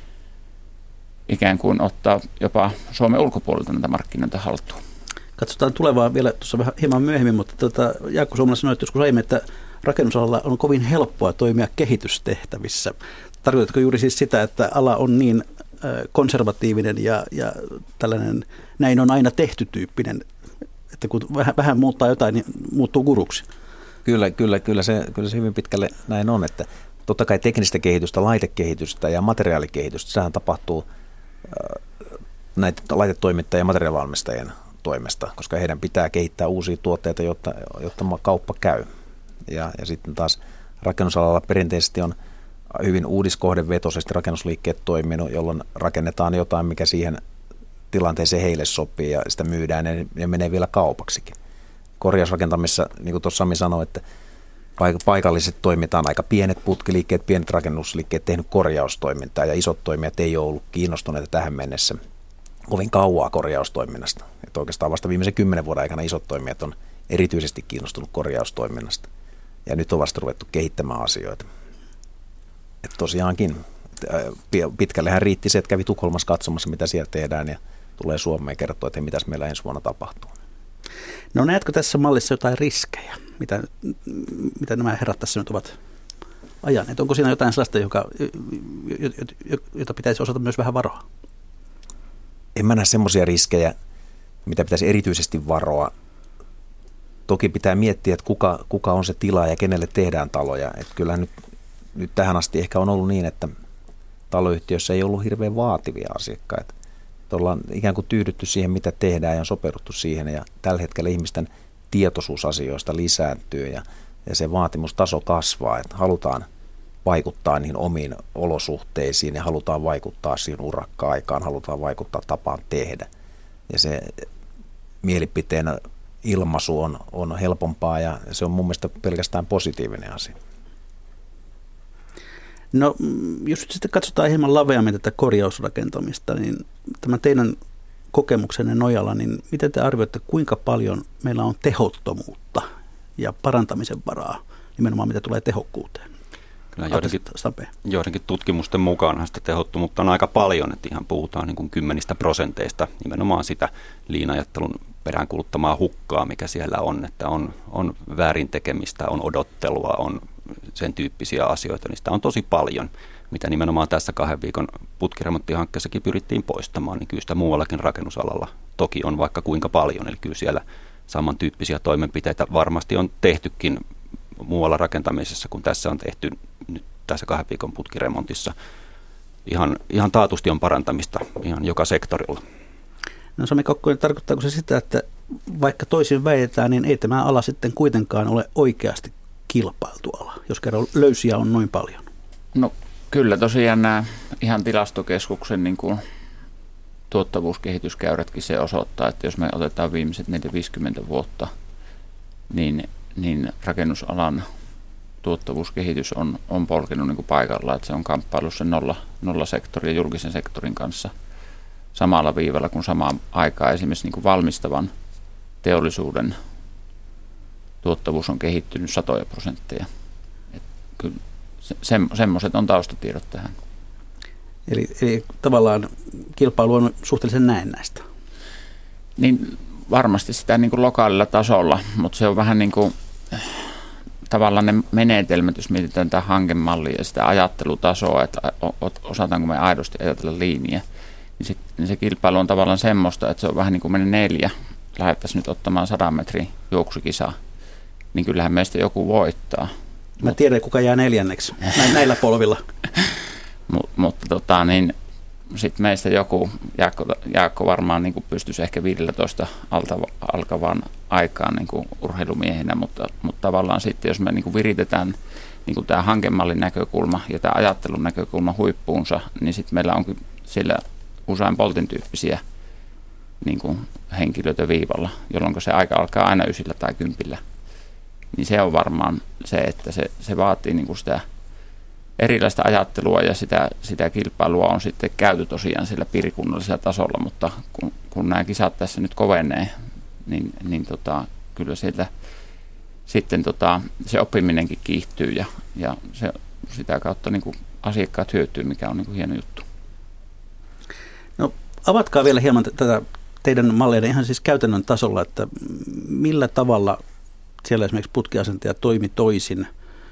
ikään kuin ottaa jopa Suomen ulkopuolelta näitä markkinoita haltuun. Katsotaan tulevaa vielä tuossa vähän hieman myöhemmin, mutta tota, Jaakko Suomala sanoi että joskus aiemmin, että rakennusalalla on kovin helppoa toimia kehitystehtävissä. Tarkoitatko juuri siis sitä, että ala on niin konservatiivinen ja, ja tällainen näin on aina tehty tyyppinen, että kun vähän, vähän muuttaa jotain, niin muuttuu guruksi? Kyllä, kyllä, kyllä, se, kyllä se hyvin pitkälle näin on, että totta kai teknistä kehitystä, laitekehitystä ja materiaalikehitystä, sehän tapahtuu näitä laitetoimittajien ja materiaalivalmistajien toimesta, koska heidän pitää kehittää uusia tuotteita, jotta, jotta kauppa käy. Ja, ja sitten taas rakennusalalla perinteisesti on hyvin uudiskohdevetoisesti rakennusliikkeet toiminut, jolloin rakennetaan jotain, mikä siihen tilanteeseen heille sopii ja sitä myydään ja, ja menee vielä kaupaksikin. Korjausrakentamissa, niin kuin tuossa Sami sanoi, että paikalliset toimitaan aika pienet putkiliikkeet, pienet rakennusliikkeet tehnyt korjaustoimintaa ja isot toimijat ei ole ollut kiinnostuneita tähän mennessä kovin kauaa korjaustoiminnasta. Että oikeastaan vasta viimeisen kymmenen vuoden aikana isot toimijat on erityisesti kiinnostunut korjaustoiminnasta ja nyt on vasta ruvettu kehittämään asioita. Että tosiaankin pitkällehän riitti se, että kävi Tukholmassa katsomassa, mitä siellä tehdään ja tulee Suomeen kertoa, että mitäs meillä ensi vuonna tapahtuu. No näetkö tässä mallissa jotain riskejä, mitä, mitä nämä herrat tässä nyt ovat ajaneet? Onko siinä jotain sellaista, joka, jota pitäisi osata myös vähän varoa? En mä näe semmoisia riskejä, mitä pitäisi erityisesti varoa. Toki pitää miettiä, että kuka, kuka on se tila ja kenelle tehdään taloja. Että kyllähän nyt, nyt tähän asti ehkä on ollut niin, että taloyhtiössä ei ollut hirveän vaativia asiakkaita. Että ollaan ikään kuin tyydytty siihen, mitä tehdään ja on sopeuduttu siihen. Ja tällä hetkellä ihmisten tietoisuus asioista lisääntyy ja, ja se vaatimustaso kasvaa. Että halutaan vaikuttaa niihin omiin olosuhteisiin ja halutaan vaikuttaa siihen urakka-aikaan, halutaan vaikuttaa tapaan tehdä. Ja se mielipiteen ilmaisu on, on helpompaa ja se on mun mielestä pelkästään positiivinen asia. No jos sitten katsotaan hieman laveammin tätä korjausrakentamista, niin tämän teidän kokemuksenne nojalla, niin miten te arvioitte, kuinka paljon meillä on tehottomuutta ja parantamisen varaa nimenomaan mitä tulee tehokkuuteen. Kyllä joidenkin, joidenkin tutkimusten mukaan sitä tehottomuutta on aika paljon, että ihan puhutaan niin kuin kymmenistä prosenteista, nimenomaan sitä liinajattelun peräänkuluttamaa hukkaa, mikä siellä on, että on, on väärin tekemistä, on odottelua, on sen tyyppisiä asioita, niin sitä on tosi paljon, mitä nimenomaan tässä kahden viikon putkiremonttihankkeessakin pyrittiin poistamaan, niin kyllä sitä muuallakin rakennusalalla toki on vaikka kuinka paljon, eli kyllä siellä samantyyppisiä toimenpiteitä varmasti on tehtykin muualla rakentamisessa, kun tässä on tehty nyt tässä kahden viikon putkiremontissa. Ihan, ihan taatusti on parantamista ihan joka sektorilla. No Sami Kokkonen, tarkoittaako se sitä, että vaikka toisin väitetään, niin ei tämä ala sitten kuitenkaan ole oikeasti kilpailtu ala, jos kerran löysiä on noin paljon? No kyllä tosiaan nämä ihan tilastokeskuksen niin kuin tuottavuuskehityskäyrätkin se osoittaa, että jos me otetaan viimeiset neljäkymmentä viisikymmentä vuotta, niin, niin rakennusalan tuottavuuskehitys on, on polkenut niin kuin paikallaan, että se on kamppailu sen nolla, nollasektorin ja julkisen sektorin kanssa samalla viivalla kuin samaan aikaan esimerkiksi niin kuin valmistavan teollisuuden tuottavuus on kehittynyt satoja prosentteja. Et kyllä se, se, semmoiset on taustatiedot tähän. Eli, eli tavallaan kilpailu on suhteellisen näennäistä. Niin varmasti sitä niin kuin lokaalilla tasolla, mutta se on vähän niin kuin tavallaan ne menetelmät, jos mietitään tätä hankemallia ja sitä ajattelutasoa, että osataanko me aidosti ajatella linjaa, niin se, niin se kilpailu on tavallaan semmoista, että se on vähän niin kuin mennä neljä, lähdettäisiin nyt ottamaan sadan metrin juoksukisaa, niin kyllähän meistä joku voittaa. Mä Mut, tiedän, kuka jää neljänneksi näillä polvilla. Mut, mutta tota, niin, sitten meistä joku, Jaakko, Jaakko varmaan niin kuin pystyisi ehkä viisitoista alta, alkavaan aikaan niin kuin urheilumiehenä, mutta, mutta tavallaan sitten, jos me niin kuin viritetään niin kuin tämä hankemallin näkökulma ja tämä ajattelun näkökulma huippuunsa, niin sitten meillä onkin sillä usein poltin tyyppisiä niin kuin henkilöitä viivalla, jolloin se aika alkaa aina ysillä tai kympillä. Niin se on varmaan se, että se, se vaatii niin kuin sitä erilaista ajattelua ja sitä, sitä kilpailua on sitten käyty tosiaan sillä piirikunnallisella tasolla, mutta kun, kun nämä kisat tässä nyt kovenee, niin, niin tota, kyllä sieltä sitten tota, se oppiminenkin kiihtyy ja, ja se, sitä kautta niin kuin asiakkaat hyötyy, mikä on niin kuin hieno juttu. No avatkaa vielä hieman t- tätä teidän malleja ihan siis käytännön tasolla, että millä tavalla siellä esimerkiksi putkiasentaja toimi toisin,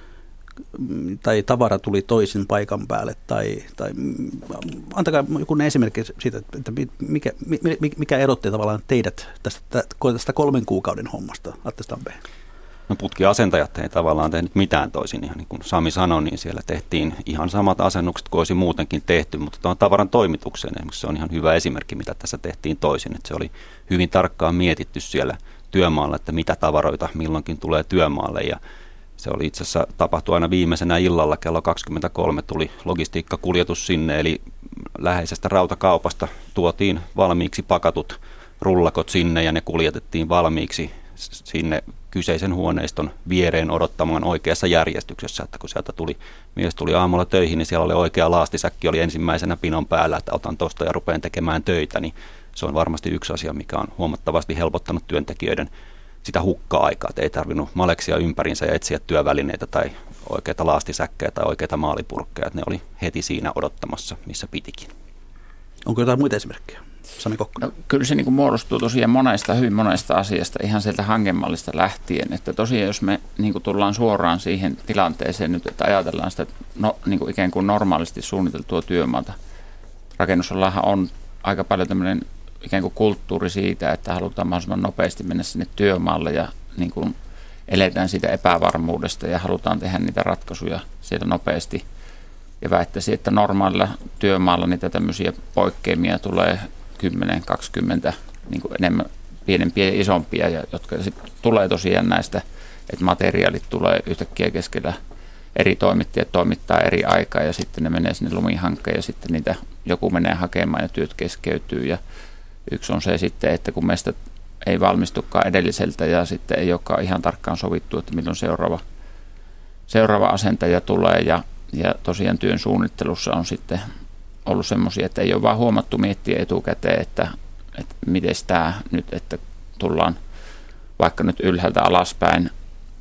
tai tavara tuli toisin paikan päälle, tai, tai antakaa joku esimerkki siitä, että mikä, mikä erotti tavallaan teidät tästä, tästä kolmen kuukauden hommasta, Atte Stampe? No putkiasentajat ei tavallaan tehnyt mitään toisin, ihan niin kuin Sami sanoi, niin siellä tehtiin ihan samat asennukset kuin olisi muutenkin tehty, mutta tuon tavaran toimitukseen esimerkiksi se on ihan hyvä esimerkki, mitä tässä tehtiin toisin, että se oli hyvin tarkkaan mietitty siellä työmaalla, että mitä tavaroita milloinkin tulee työmaalle, ja se oli itse asiassa tapahtui aina viimeisenä illalla, kello kaksikymmentäkolme tuli logistiikkakuljetus sinne, eli läheisestä rautakaupasta tuotiin valmiiksi pakatut rullakot sinne ja ne kuljetettiin valmiiksi sinne kyseisen huoneiston viereen odottamaan oikeassa järjestyksessä, että kun sieltä tuli, mies tuli aamulla töihin, niin siellä oli oikea laastisäkki, oli ensimmäisenä pinon päällä, että otan tosta ja rupean tekemään töitä, niin se on varmasti yksi asia, mikä on huomattavasti helpottanut työntekijöiden sitä hukka-aikaa, että ei tarvinnut maleksia ympärinsä ja etsiä työvälineitä tai oikeita laastisäkkejä tai oikeita maalipurkkeja, että ne oli heti siinä odottamassa, missä pitikin. Onko jotain muita esimerkkejä? Sami Kokkonen. No, kyllä se niin kuin muodostuu tosiaan monesta, hyvin monesta asiasta ihan sieltä hankemallista lähtien, että tosiaan jos me niin kuin tullaan suoraan siihen tilanteeseen nyt, että ajatellaan sitä no, niin kuin ikään kuin normaalisti suunniteltua työmaata. Rakennusalahan on aika paljon tämmöinen ikään kuin kulttuuri siitä, että halutaan mahdollisimman nopeasti mennä sinne työmaalle ja niin kuin eletään siitä epävarmuudesta ja halutaan tehdä niitä ratkaisuja sieltä nopeasti. Ja väittäisin, että normaalilla työmaalla niitä tämmöisiä poikkeamia tulee kymmenen kaksikymmentä niin kuin enemmän pienempiä ja isompia, ja jotka sitten tulee tosiaan näistä, että materiaalit tulee yhtäkkiä keskellä eri toimittajat toimittaa eri aikaa ja sitten ne menee sinne lumihankkeen ja sitten niitä joku menee hakemaan ja työt keskeytyy. Ja yksi on se sitten, että kun meistä ei valmistukaan edelliseltä ja sitten ei olekaan ihan tarkkaan sovittu, että milloin seuraava, seuraava asentaja tulee ja, ja tosiaan työn suunnittelussa on sitten ollut semmoisia, että ei ole vaan huomattu miettiä etukäteen, että, että miten tämä nyt, että tullaan vaikka nyt ylhäältä alaspäin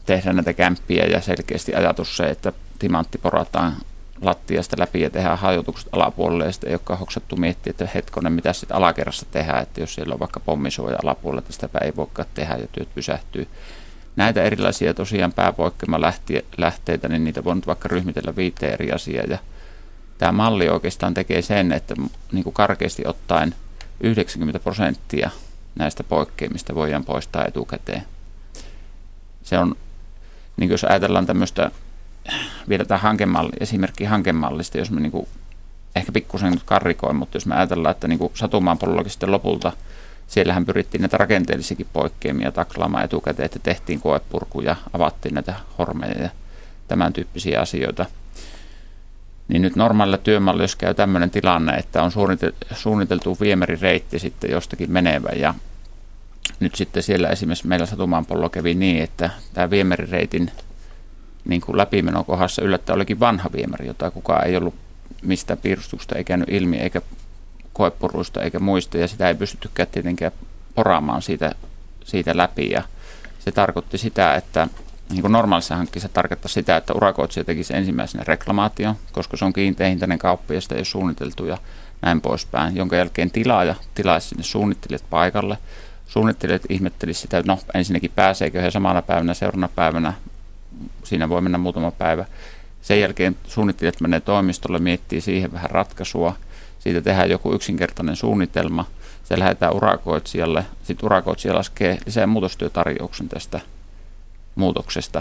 tehdä näitä kämppiä ja selkeästi ajatus se, että timantti porataan lattiasta läpi ja tehdään hajotukset alapuolelle ja sitten ei olekaan hoksattu miettiä, että hetkonen, mitä sitten alakerrassa tehdään, että jos siellä on vaikka pommisuoja alapuolella, että sitäpä ei voikaan tehdä ja työt pysähtyy. Näitä erilaisia tosiaan pääpoikkeamalähteitä, niin niitä voi nyt vaikka ryhmitellä viiteen eri asiaa ja tämä malli oikeastaan tekee sen, että niin kuin karkeasti ottaen yhdeksänkymmentä prosenttia näistä poikkeamista voidaan poistaa etukäteen. Se on, niin jos ajatellaan tämmöistä, vielä tämä hankemalli, esimerkki hankemallista, jos me niin kuin, ehkä pikkusen nyt karrikoin, mutta jos me ajatellaan, että niin kuin Satumaanpollollakin sitten lopulta, siellähän pyrittiin näitä rakenteellisiakin poikkeamia taklaamaan etukäteen, että tehtiin koepurkuja, avattiin näitä hormeja ja tämän tyyppisiä asioita. Niin nyt normaalilla työmaalla, jos käy tämmöinen tilanne, että on suunniteltu viemärireitti sitten jostakin menevä ja nyt sitten siellä esimerkiksi meillä Satumaanpollo kävi niin, että tämä viemärireitin niin kuin läpimenokohdassa yllättäen olikin vanha viemäri, jota kukaan ei ollut mistään piirustuksesta ei käynyt ilmi eikä koepuruista eikä muista ja sitä ei pystyttykään tietenkään poraamaan siitä, siitä läpi ja se tarkoitti sitä, että niin kuin normaalissa hankkeessa tarkoittaa sitä, että urakoitsija tekisi ensimmäisenä reklamaation, koska se on kiinteähintainen kauppa ja sitä ei ole suunniteltu ja näin poispäin, jonka jälkeen tilaaja tilaisi sinne suunnittelijat paikalle. Suunnittelijat ihmettelisivät sitä, että no ensinnäkin pääseekö he samana päivänä, seuraavana päivänä, siinä voi mennä muutama päivä. Sen jälkeen suunnittelijat menee toimistolle, miettii siihen vähän ratkaisua, siitä tehdään joku yksinkertainen suunnitelma, se lähdetään urakoitsijalle, sitten urakoitsija laskee lisää muutostyötarjouksen tästä muutoksesta.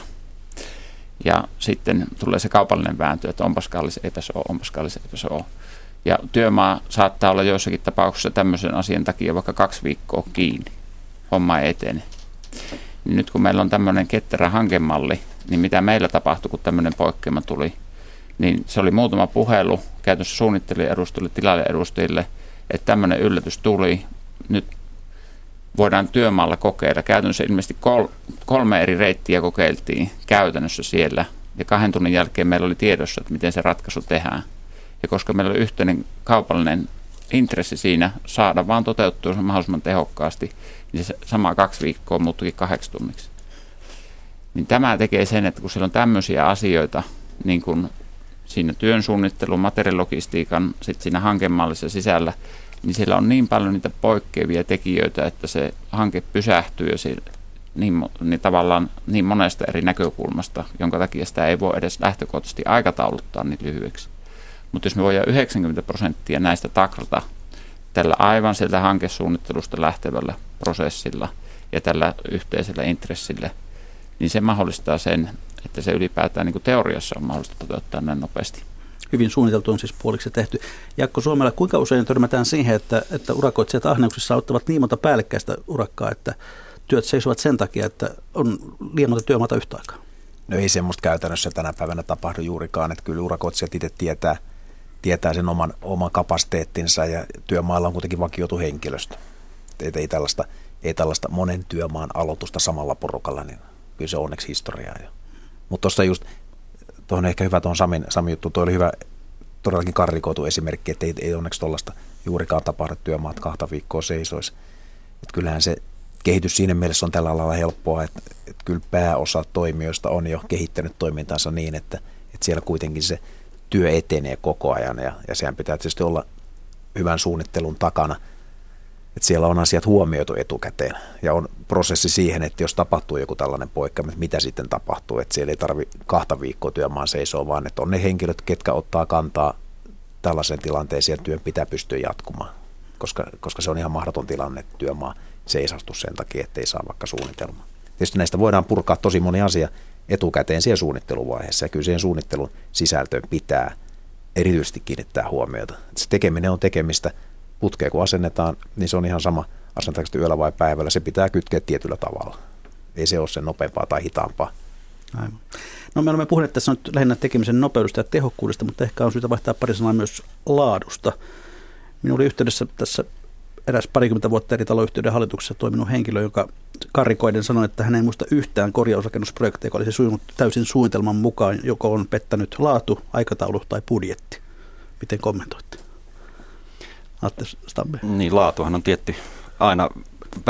Ja sitten tulee se kaupallinen vääntö, että onpas kallis, eipä se ole, onpas kallis, eipä se ole. Ja työmaa saattaa olla joissakin tapauksissa tämmöisen asian takia vaikka kaksi viikkoa kiinni. Homma ei etene. Niin nyt kun meillä on tämmöinen ketterä hankemalli, niin mitä meillä tapahtui, kun tämmöinen poikkeama tuli, niin se oli muutama puhelu käytössä suunnittelijan edustajille, tilailijan edustajille, että tämmöinen yllätys tuli. Nyt voidaan työmaalla kokeilla. Käytännössä ilmeisesti kol, kolme eri reittiä kokeiltiin käytännössä siellä. Ja kahden tunnin jälkeen meillä oli tiedossa, että miten se ratkaisu tehdään. Ja koska meillä oli yhteinen kaupallinen intressi siinä saada vaan toteuttua mahdollisimman tehokkaasti, niin se sama kaksi viikkoa muuttuikin kahdeksi tunniksi. Niin tämä tekee sen, että kun siellä on tämmöisiä asioita, niin kuin siinä työn suunnittelun, materiaalilogistiikan, sitten siinä hankemallissa sisällä, niin siellä on niin paljon niitä poikkeavia tekijöitä, että se hanke pysähtyy ja se, niin, niin tavallaan niin monesta eri näkökulmasta, jonka takia sitä ei voi edes lähtökohtaisesti aikatauluttaa niin lyhyeksi. Mutta jos me voidaan yhdeksänkymmentä prosenttia näistä taklata tällä aivan sieltä hankesuunnittelusta lähtevällä prosessilla ja tällä yhteisellä intressillä, niin se mahdollistaa sen, että se ylipäätään niin kuin teoriassa on mahdollista toteuttaa näin nopeasti. Hyvin suunniteltu on siis puoliksi tehty. Jaakko Suomela, kuinka usein törmätään siihen, että, että urakoitsijat ahneuksissa ottavat niin monta päällekkäistä urakkaa, että työt seisovat sen takia, että on liian monta työmaata yhtä aikaa? No ei semmoista käytännössä tänä päivänä tapahdu juurikaan, että kyllä urakoitsijat itse tietää, tietää sen oman, oman kapasiteettinsa ja työmaalla on kuitenkin vakioitu henkilöstö. Että ei tällaista, ei tällaista monen työmaan aloitusta samalla porukalla, niin kyllä se on onneksi historiaa. Mutta tuossa just, tuohon ehkä hyvä tuohon Samin, Samin juttu, tuo oli hyvä, todellakin karrikoitu esimerkki, että ei, ei onneksi tuollaista juurikaan tapahdu, että työmaat kahta viikkoa seisoisi. Että kyllähän se kehitys siinä mielessä on tällä alalla helppoa, että, että kyllä pääosa toimijoista on jo kehittänyt toimintansa niin, että, että siellä kuitenkin se työ etenee koko ajan ja, ja sehän pitää tietysti olla hyvän suunnittelun takana, että siellä on asiat huomioitu etukäteen ja on prosessi siihen, että jos tapahtuu joku tällainen poikkeama, että mitä sitten tapahtuu, että siellä ei tarvitse kahta viikkoa työmaan seisoa, vaan että on ne henkilöt, ketkä ottaa kantaa tällaisen tilanteeseen ja työn pitää pystyä jatkumaan, koska, koska se on ihan mahdoton tilanne, että työmaa seisastu sen takia, ettei saa vaikka suunnitelmaa. Tietysti näistä voidaan purkaa tosi moni asia etukäteen siellä suunnitteluvaiheessa ja kyllä siihen suunnittelun sisältöön pitää erityisesti kiinnittää huomiota. Että se tekeminen on tekemistä. Putkea kun asennetaan, niin se on ihan sama, asennetaanko sitä yöllä vai päivällä, se pitää kytkeä tietyllä tavalla. Ei se ole sen nopeampaa tai hitaampaa. Aivan. No me olemme puhuneet tässä nyt lähinnä tekemisen nopeudesta ja tehokkuudesta, mutta ehkä on syytä vaihtaa pari sanaa myös laadusta. Minulla oli yhteydessä tässä eräs parikymmentä vuotta eri taloyhtiöiden hallituksessa toiminut henkilö, joka karrikoiden sanoi, että hän ei muista yhtään korjausrakennusprojektia, joka olisi sujunut täysin suunnitelman mukaan, joko on pettänyt laatu, aikataulu tai budjetti. Miten kommentoitte? Niin, laatuhan on tietty aina vähän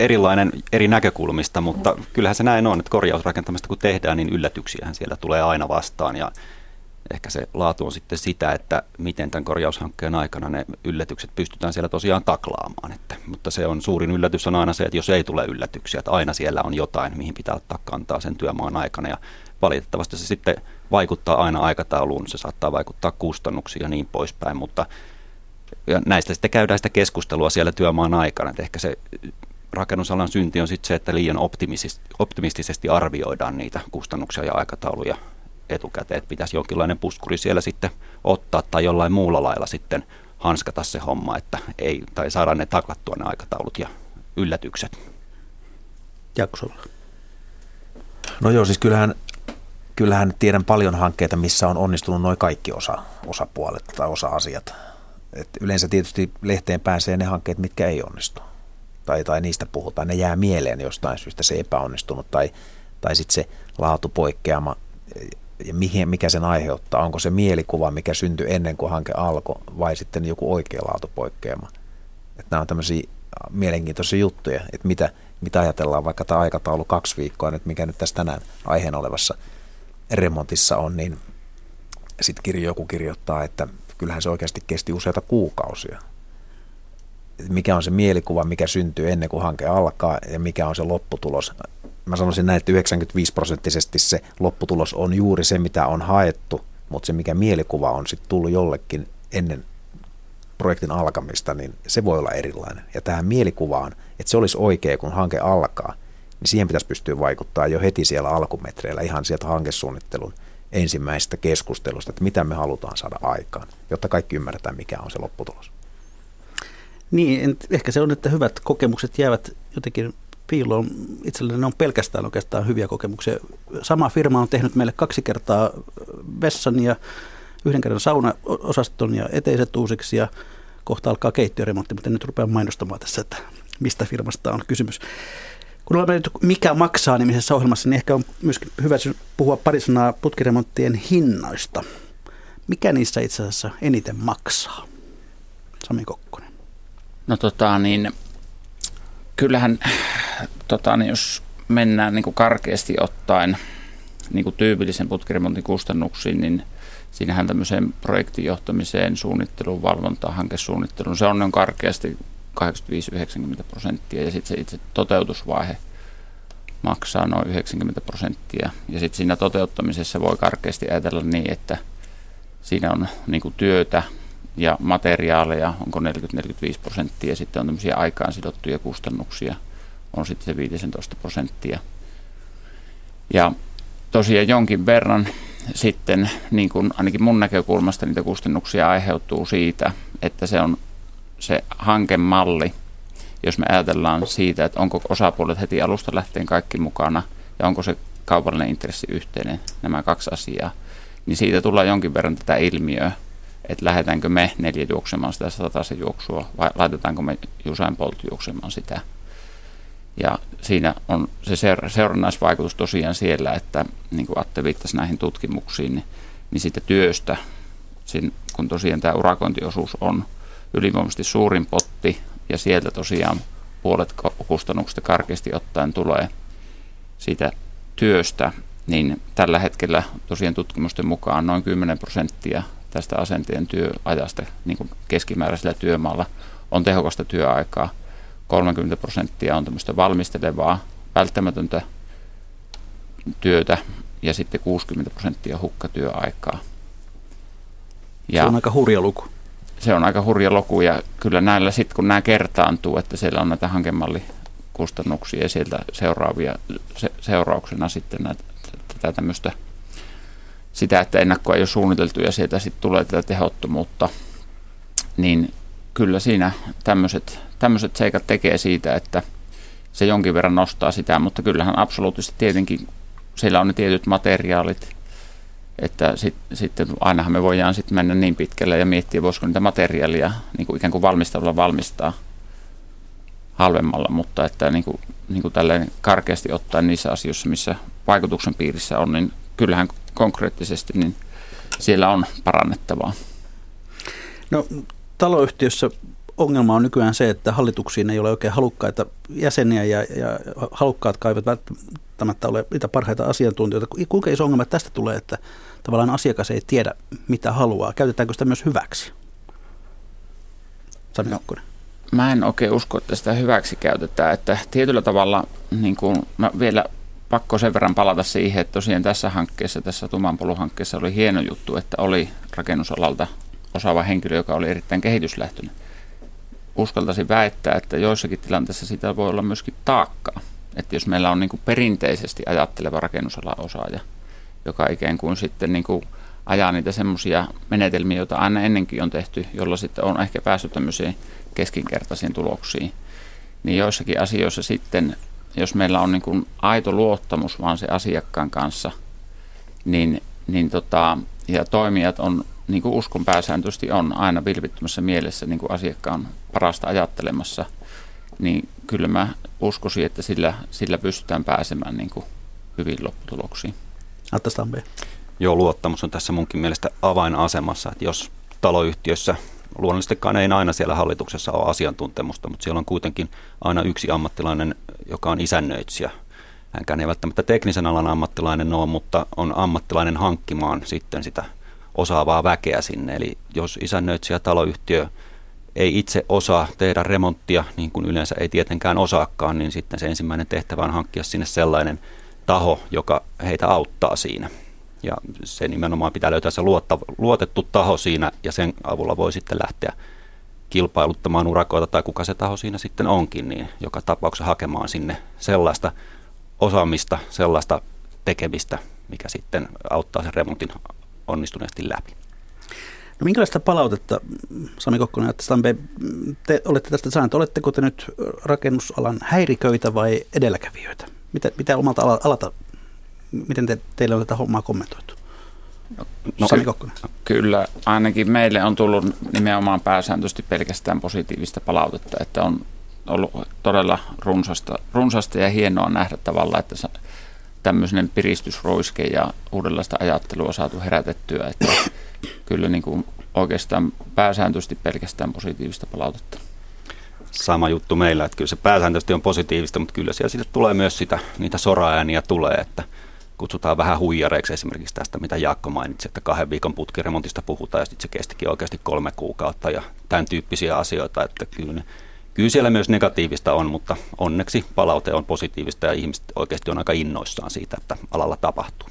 erilainen eri näkökulmista, mutta kyllähän se näin on, että korjausrakentamista kun tehdään, niin yllätyksiähän siellä tulee aina vastaan ja ehkä se laatu on sitten sitä, että miten tämän korjaushankkeen aikana ne yllätykset pystytään siellä tosiaan taklaamaan. Että, mutta se on suurin yllätys on aina se, että jos ei tule yllätyksiä, että aina siellä on jotain, mihin pitää ottaa kantaa sen työmaan aikana. Ja valitettavasti se sitten vaikuttaa aina aikatauluun, se saattaa vaikuttaa kustannuksiin ja niin poispäin, mutta ja näistä sitten käydään sitä keskustelua siellä työmaan aikana. Että ehkä se rakennusalan synti on sitten se, että liian optimistisesti arvioidaan niitä kustannuksia ja aikatauluja etukäteen, että pitäisi jonkinlainen puskuri siellä sitten ottaa tai jollain muulla lailla sitten hanskata se homma, että ei, tai saadaan ne taklattua ne aikataulut ja yllätykset. Jaksolla. No joo, siis kyllähän, kyllähän tiedän paljon hankkeita, missä on onnistunut noin kaikki osa, osapuolet tai osa-asiat. Et yleensä tietysti lehteen pääsee ne hankkeet, mitkä ei onnistu. Tai, tai niistä puhutaan, ne jää mieleen jostain syystä se epäonnistunut tai, tai sitten se laatupoikkeama ja mikä sen aiheuttaa. Onko se mielikuva, mikä syntyi ennen kuin hanke alkoi vai sitten joku oikea laatupoikkeama. Että nämä on tämmöisiä mielenkiintoisia juttuja, että mitä, mitä ajatellaan vaikka tämä aikataulu kaksi viikkoa nyt, mikä nyt tässä tänään aiheen olevassa remontissa on, niin sitten joku kirjoittaa, että kyllähän se oikeasti kesti useita kuukausia. Mikä on se mielikuva, mikä syntyy ennen kuin hanke alkaa ja mikä on se lopputulos. Mä sanoisin näin, että yhdeksänkymmentäviisi prosenttisesti se lopputulos on juuri se, mitä on haettu, mutta se, mikä mielikuva on sitten tullut jollekin ennen projektin alkamista, niin se voi olla erilainen. Ja tähän mielikuvaan, että se olisi oikea, kun hanke alkaa, niin siihen pitäisi pystyä vaikuttaa jo heti siellä alkumetreillä, ihan sieltä hankesuunnittelun ensimmäisestä keskustelusta, että mitä me halutaan saada aikaan, jotta kaikki ymmärretään, mikä on se lopputulos. Niin, ehkä se on, että hyvät kokemukset jäävät jotenkin piiloon. Itselleni ne on pelkästään oikeastaan hyviä kokemuksia. Sama firma on tehnyt meille kaksi kertaa vessan ja yhden kerran saunaosaston ja eteiset uusiksi ja kohta alkaa keittiöremontti, mutta en nyt rupea mainostamaan tässä, että mistä firmasta on kysymys. Kun olemme nyt Mikä maksaa -nimisessä ohjelmassa, niin ehkä on myöskin hyvä puhua pari sanaa putkiremonttien hinnoista. Mikä niissä itse asiassa eniten maksaa? Sami Kokkonen. No tota niin, kyllähän tota, niin jos mennään niin kuin karkeasti ottaen niin kuin tyypillisen putkiremontin kustannuksiin, niin siinähän tämmöiseen projektijohtamiseen, suunnitteluun, valvontaan, hankesuunnitteluun, se on noin karkeasti kahdeksankymmentäviisi yhdeksänkymmentä prosenttia ja sitten se itse toteutusvaihe maksaa noin yhdeksänkymmentä prosenttia. Ja sitten siinä toteuttamisessa voi karkeasti ajatella niin, että siinä on niin kuin työtä ja materiaaleja, onko neljäkymmentä neljäkymmentäviisi prosenttia ja sitten on tämmöisiä aikaan sidottuja kustannuksia, on sitten se viisitoista prosenttia. Ja tosiaan jonkin verran sitten, niin kuin ainakin mun näkökulmasta, niitä kustannuksia aiheutuu siitä, että se on se hankemalli, jos me ajatellaan siitä, että onko osapuolet heti alusta lähtien kaikki mukana ja onko se kaupallinen intressi yhteinen, nämä kaksi asiaa, niin siitä tullaan jonkin verran tätä ilmiöä, että lähdetäänkö me neljä juoksemaan sitä sataisen juoksua vai laitetaanko me Usain Bolt juoksemaan sitä. Ja siinä on se seurannaisvaikutus tosiaan siellä, että niin kuin Atte viittasi näihin tutkimuksiin, niin, niin siitä työstä, kun tosiaan tämä urakointiosuus on ylivoimaisesti suurin potti ja sieltä tosiaan puolet kustannuksista karkeasti ottaen tulee siitä työstä, niin tällä hetkellä tosiaan tutkimusten mukaan noin kymmenen prosenttia tästä asenteen työajasta niin kuin keskimääräisellä työmaalla on tehokasta työaikaa. kolmekymmentä prosenttia on tämmöistä valmistelevaa, välttämätöntä työtä ja sitten kuusikymmentä prosenttia hukkatyöaikaa. Ja se on aika hurja luku. Se on aika hurja luku ja kyllä näillä sitten kun nämä kertaantuu, että siellä on näitä hankemallikustannuksia ja sieltä seuraavia se, seurauksena sitten näitä, tätä tämmöistä sitä, että ennakkoa ei ole suunniteltu ja sieltä sitten tulee tätä tehottomuutta, niin kyllä siinä tämmöiset, tämmöiset seikat tekee siitä, että se jonkin verran nostaa sitä, mutta kyllähän absoluuttisesti tietenkin siellä on ne tietyt materiaalit, että sitten sit, ainahan me voidaan sitten mennä niin pitkälle ja miettiä, voisiko niitä materiaalia niin kuin ikään kuin valmistavalla valmistaa halvemmalla, mutta että niin kuin, niin kuin tälleen karkeasti ottaen niissä asioissa, missä vaikutuksen piirissä on, niin kyllähän konkreettisesti niin siellä on parannettavaa. No, taloyhtiössä ongelma on nykyään se, että hallituksiin ei ole oikein halukkaita jäseniä ja, ja halukkaat eivät välttämättä ole niitä parhaita asiantuntijoita. Kuinka iso ongelma tästä tulee, että tavallaan asiakas ei tiedä, mitä haluaa? Käytetäänkö sitä myös hyväksi? Sami Kokkonen. Mä en oikein usko, että sitä hyväksi käytetään. Että tietyllä tavalla niin kuin, mä vielä pakko sen verran palata siihen, että tosiaan tässä hankkeessa, tässä Tumanpolu-hankkeessa oli hieno juttu, että oli rakennusalalta osaava henkilö, joka oli erittäin kehityslähtöinen. Uskaltaisin väittää, että joissakin tilanteissa sitä voi olla myöskin taakkaa. Että jos meillä on niin kuin perinteisesti ajatteleva rakennusalan osaaja, joka ikään kuin sitten niin kuin ajaa niitä semmoisia menetelmiä, joita aina ennenkin on tehty, jolla sitten on ehkä päässyt tämmöisiin keskinkertaisiin tuloksiin, niin joissakin asioissa sitten, jos meillä on niin kuin aito luottamus vaan se asiakkaan kanssa, niin, niin tota, ja toimijat on, niin kuin uskon pääsääntöisesti on aina vilpittömässä mielessä niin kuin asiakkaan parasta ajattelemassa, niin kyllä mä uskoisin, että sillä, sillä pystytään pääsemään niin kuin hyvin lopputuloksiin. Atte Stampe. Joo, luottamus on tässä munkin mielestä avainasemassa, että jos taloyhtiössä, luonnollisestikaan ei aina siellä hallituksessa ole asiantuntemusta, mutta siellä on kuitenkin aina yksi ammattilainen, joka on isännöitsijä. Hänkään ei välttämättä teknisen alan ammattilainen ole, mutta on ammattilainen hankkimaan sitten sitä osaavaa väkeä sinne. Eli jos isännöitsijä taloyhtiö ei itse osaa tehdä remonttia, niin kuin yleensä ei tietenkään osaakaan, niin sitten se ensimmäinen tehtävä on hankkia sinne sellainen taho, joka heitä auttaa siinä. Ja se nimenomaan pitää löytää se luotta, luotettu taho siinä, ja sen avulla voi sitten lähteä kilpailuttamaan urakoita, tai kuka se taho siinä sitten onkin, niin joka tapauksessa hakemaan sinne sellaista osaamista, sellaista tekemistä, mikä sitten auttaa sen remontin onnistuneesti läpi. No minkälaista palautetta, Sami Kokkonen ja Stampe, te olette tästä saaneet? Oletteko te nyt rakennusalan häiriköitä vai edelläkävijöitä? Mitä, mitä omalta alalta, miten te, teille on tätä hommaa kommentoitu? No, Sami Kokkonen. Kyllä, ainakin meille on tullut nimenomaan pääsääntöisesti pelkästään positiivista palautetta, että on ollut todella runsasta, runsasta ja hienoa nähdä tavallaan, että tämmöinen piristysruiske ja uudenlaista ajattelua saatu herätettyä, että kyllä niin kuin oikeastaan pääsääntöisesti pelkästään positiivista palautetta. Sama juttu meillä, että kyllä se pääsääntöisesti on positiivista, mutta kyllä siellä sitten tulee myös sitä, niitä soraääniä tulee, että kutsutaan vähän huijareiksi esimerkiksi tästä, mitä Jaakko mainitsi, että kahden viikon putkiremontista puhutaan ja sitten se kestikin oikeasti kolme kuukautta ja tämän tyyppisiä asioita, että kyllä, kyllä siellä myös negatiivista on, mutta onneksi palaute on positiivista ja ihmiset oikeasti on aika innoissaan siitä, että alalla tapahtuu.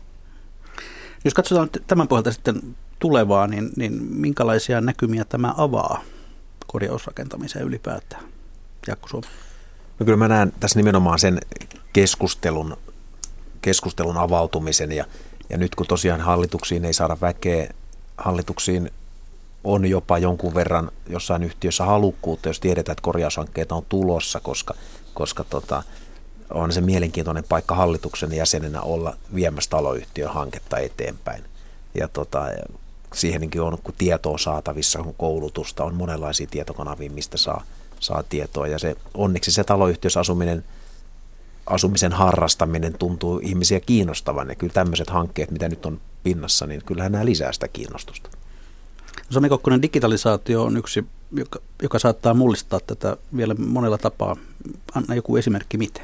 Jos katsotaan tämän pohjalta sitten tulevaa, niin, niin minkälaisia näkymiä tämä avaa korjausrakentamiseen ylipäätään? Jaakko Suomi. No kyllä mä näen tässä nimenomaan sen keskustelun, keskustelun avautumisen ja, ja nyt kun tosiaan hallituksiin ei saada väkeä, hallituksiin on jopa jonkun verran jossain yhtiössä halukkuutta, jos tiedetään, että korjaushankkeita on tulossa, koska, koska tota, on se mielenkiintoinen paikka hallituksen jäsenenä olla viemässä taloyhtiön hanketta eteenpäin. Ja tota, siihenkin on, kun tietoa saatavissa, on koulutusta, on monenlaisia tietokanavia, mistä saa, saa tietoa. Ja se, onneksi se taloyhtiössä asuminen, asumisen harrastaminen tuntuu ihmisiä kiinnostavan. Ja kyllä tämmöiset hankkeet, mitä nyt on pinnassa, niin kyllähän nämä lisää sitä kiinnostusta. Sami Kokkonen, digitalisaatio on yksi, joka, joka saattaa mullistaa tätä vielä monella tapaa. Anna joku esimerkki miten.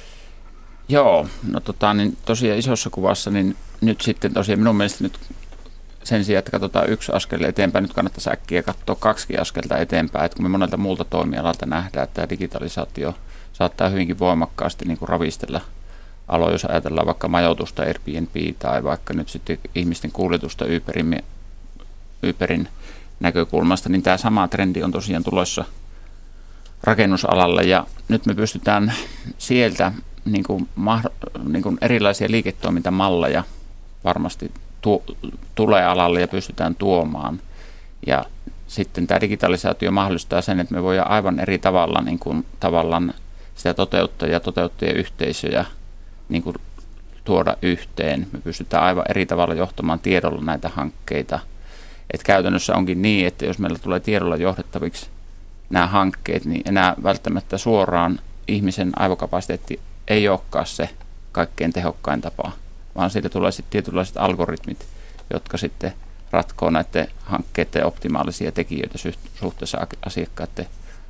Joo, no tota, niin tosiaan isossa kuvassa, niin nyt sitten tosiaan minun mielestä nyt sen sijaan, että katsotaan yksi askel eteenpäin, nyt kannattaisi äkkiä katsoa kaksikin askelta eteenpäin, että kun me monelta muulta toimialalta nähdään, että tämä digitalisaatio saattaa hyvinkin voimakkaasti niin kuin ravistella aloja, jos ajatellaan vaikka majoitusta, Airbnb tai vaikka nyt sitten ihmisten kuljetusta Uberin, Uberin näkökulmasta, niin tämä sama trendi on tosiaan tulossa rakennusalalle ja nyt me pystytään sieltä niin kuin, niin kuin erilaisia liiketoimintamalleja varmasti tu, tulee alalle ja pystytään tuomaan. Ja sitten tämä digitalisaatio mahdollistaa sen, että me voidaan aivan eri tavalla niin kuin, tavallaan sitä toteuttajia ja toteuttajayhteisöjä niin kuin, tuoda yhteen. Me pystytään aivan eri tavalla johtamaan tiedolla näitä hankkeita. Et käytännössä onkin niin, että jos meillä tulee tiedolla johdettaviksi nämä hankkeet, niin enää välttämättä suoraan ihmisen aivokapasiteetti ei olekaan se kaikkein tehokkain tapa, vaan siitä tulee sitten tietynlaiset algoritmit, jotka sitten ratkoo näiden hankkeiden optimaalisia tekijöitä suhteessa asiakkaiden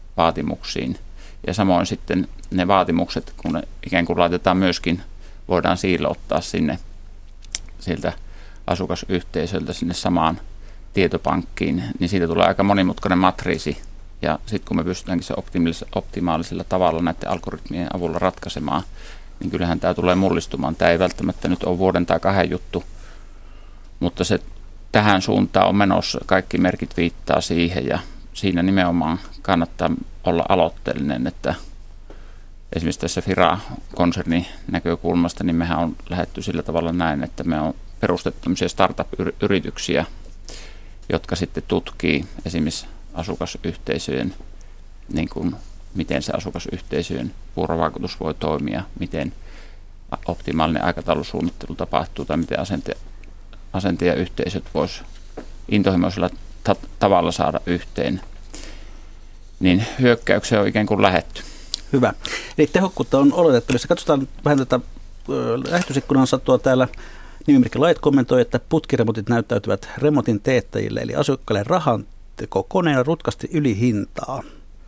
vaatimuksiin. Ja samoin sitten ne vaatimukset, kun ne ikään kuin laitetaan myöskin, voidaan siilottaa sinne sieltä asukasyhteisöltä sinne samaan tietopankkiin, niin siitä tulee aika monimutkainen matriisi. Ja sitten kun me pystytäänkin se optimaalisella tavalla näiden algoritmien avulla ratkaisemaan, niin kyllähän tämä tulee mullistumaan. Tämä ei välttämättä nyt ole vuoden tai kahden juttu, mutta se tähän suuntaan on menossa. Kaikki merkit viittaa siihen ja siinä nimenomaan kannattaa olla aloitteellinen, että esimerkiksi tässä Fira-konsernin näkökulmasta, niin mehän on lähdetty sillä tavalla näin, että me on perustettu tämmöisiä startup-yrityksiä, jotka sitten tutkii esimerkiksi asukasyhteisöjen, niin kuin, miten se asukasyhteisöjen vuorovaikutus voi toimia, miten optimaalinen aikataulusuunnittelu tapahtuu tai miten asente, asente ja yhteisöt vois intohimoisella ta- tavalla saada yhteen. Niin hyökkäykseen on ikään kuin lähdetty. Hyvä. Eli tehokkuutta on oletettavissa. Katsotaan vähän tätä lähetysikkunan satua täällä. Nimimerkki Lait kommentoi, että putkiremontit näyttäytyvät remontin teettäjille, eli asukkaille rahanteko koneella rutkasti yli hintaa.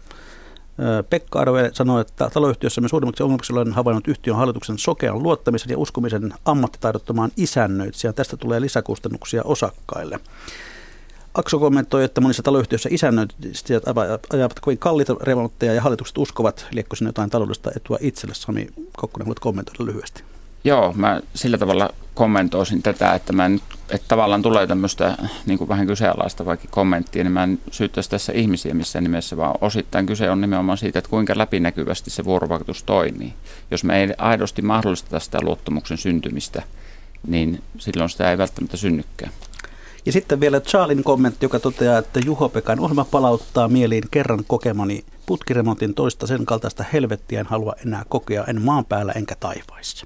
Pekka Arve sanoi, että taloyhtiössämme suurimmaksi ongelmaksi olen havainnut yhtiön hallituksen sokean luottamisen ja uskomisen ammattitaidottomaan isännöitsijään. Tästä tulee lisäkustannuksia osakkaille. Akso kommentoi, että monissa taloyhtiöissä isännöitsijät ajavat kovin kalliita remontteja ja hallitukset uskovat, liekko sinne jotain taloudellista etua itselle. Sami Kokkonen, voit kommentoida lyhyesti. Joo, mä sillä tavalla kommentoisin tätä, että, mä en, että tavallaan tulee tämmöistä niin kuin vähän kyseenalaista vaikka kommenttia, niin mä en syyttäisi tässä ihmisiä missään nimessä, vaan osittain kyse on nimenomaan siitä, että kuinka läpinäkyvästi se vuorovaikutus toimii. Jos me ei aidosti mahdollisteta sitä luottamuksen syntymistä, niin silloin sitä ei välttämättä synnykään. Ja sitten vielä Charlin kommentti, joka toteaa, että Juho-Pekan ohjelma palauttaa mieliin kerran kokemani putkiremontin, toista sen kaltaista helvettiä en halua enää kokea, en maan päällä enkä taivaissa.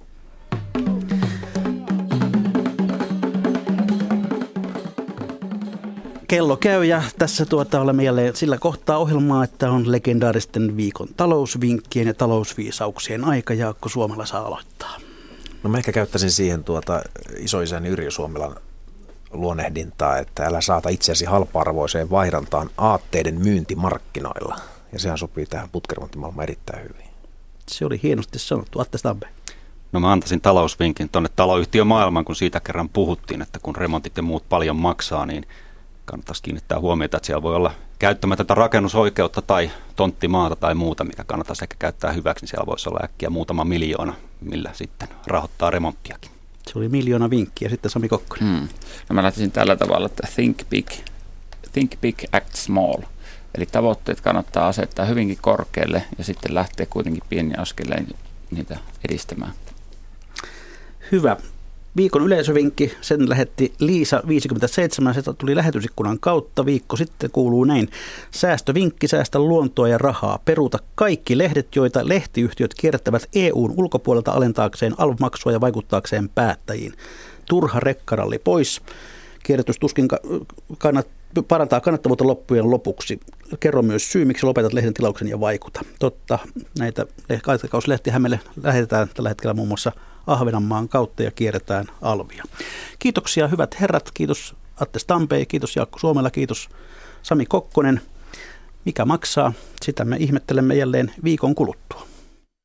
Kello käy ja tässä tuota olemme jälleen sillä kohtaa ohjelmaa, että on legendaaristen viikon talousvinkkien ja talousviisauksien aika. Jaakko Suomela saa aloittaa. No mä ehkä käyttäisin siihen tuota isoisäni Yrjö Suomelan luonnehdintaa, että älä saata itseäsi halpa-arvoiseen vaihdantaan aatteiden myyntimarkkinoilla. Ja sehän sopii tähän putkiremonttimaailmaan erittäin hyvin. Se oli hienosti sanottu. Atte Stampe. No mä antaisin talousvinkin tuonne taloyhtiömaailmaan, kun siitä kerran puhuttiin, että kun remontit ja muut paljon maksaa, niin kannattaisi kiinnittää huomiota, että siellä voi olla käyttämätöntä rakennusoikeutta tai tonttimaata tai muuta, mikä kannattaisi ehkä käyttää hyväksi, niin siellä voisi olla äkkiä muutama miljoona, millä sitten rahoittaa remonttiakin. Se oli miljoona vinkkiä. Sitten Sami Kokkonen. Hmm. No mä lähtisin tällä tavalla, että think big, think big, act small. Eli tavoitteet kannattaa asettaa hyvinkin korkealle ja sitten lähteä kuitenkin pieni askeleen niitä edistämään. Hyvä. Viikon yleisövinkki, sen lähetti Liisa viisikymmentäseitsemän, se tuli lähetysikkunan kautta viikko sitten, kuuluu näin. Säästövinkki, säästä luontoa ja rahaa. Peruuta kaikki lehdet, joita lehtiyhtiöt kierrättävät E U:n ulkopuolelta alentaakseen alv-maksua ja vaikuttaakseen päättäjiin. Turha rekkaralli pois. Kierrätys tuskin kannat, parantaa kannattavuutta loppujen lopuksi. Kerro myös syy, miksi lopetat lehden tilauksen ja vaikuta. Totta, näitä aikakauslehtiä meille lähetetään tällä hetkellä muun muassa Ahvenanmaan kautta ja kierretään alvia. Kiitoksia hyvät herrat, kiitos Atte Stampe, kiitos Jaakko Suomela, kiitos Sami Kokkonen. Mikä maksaa, sitä me ihmettelemme jälleen viikon kuluttua.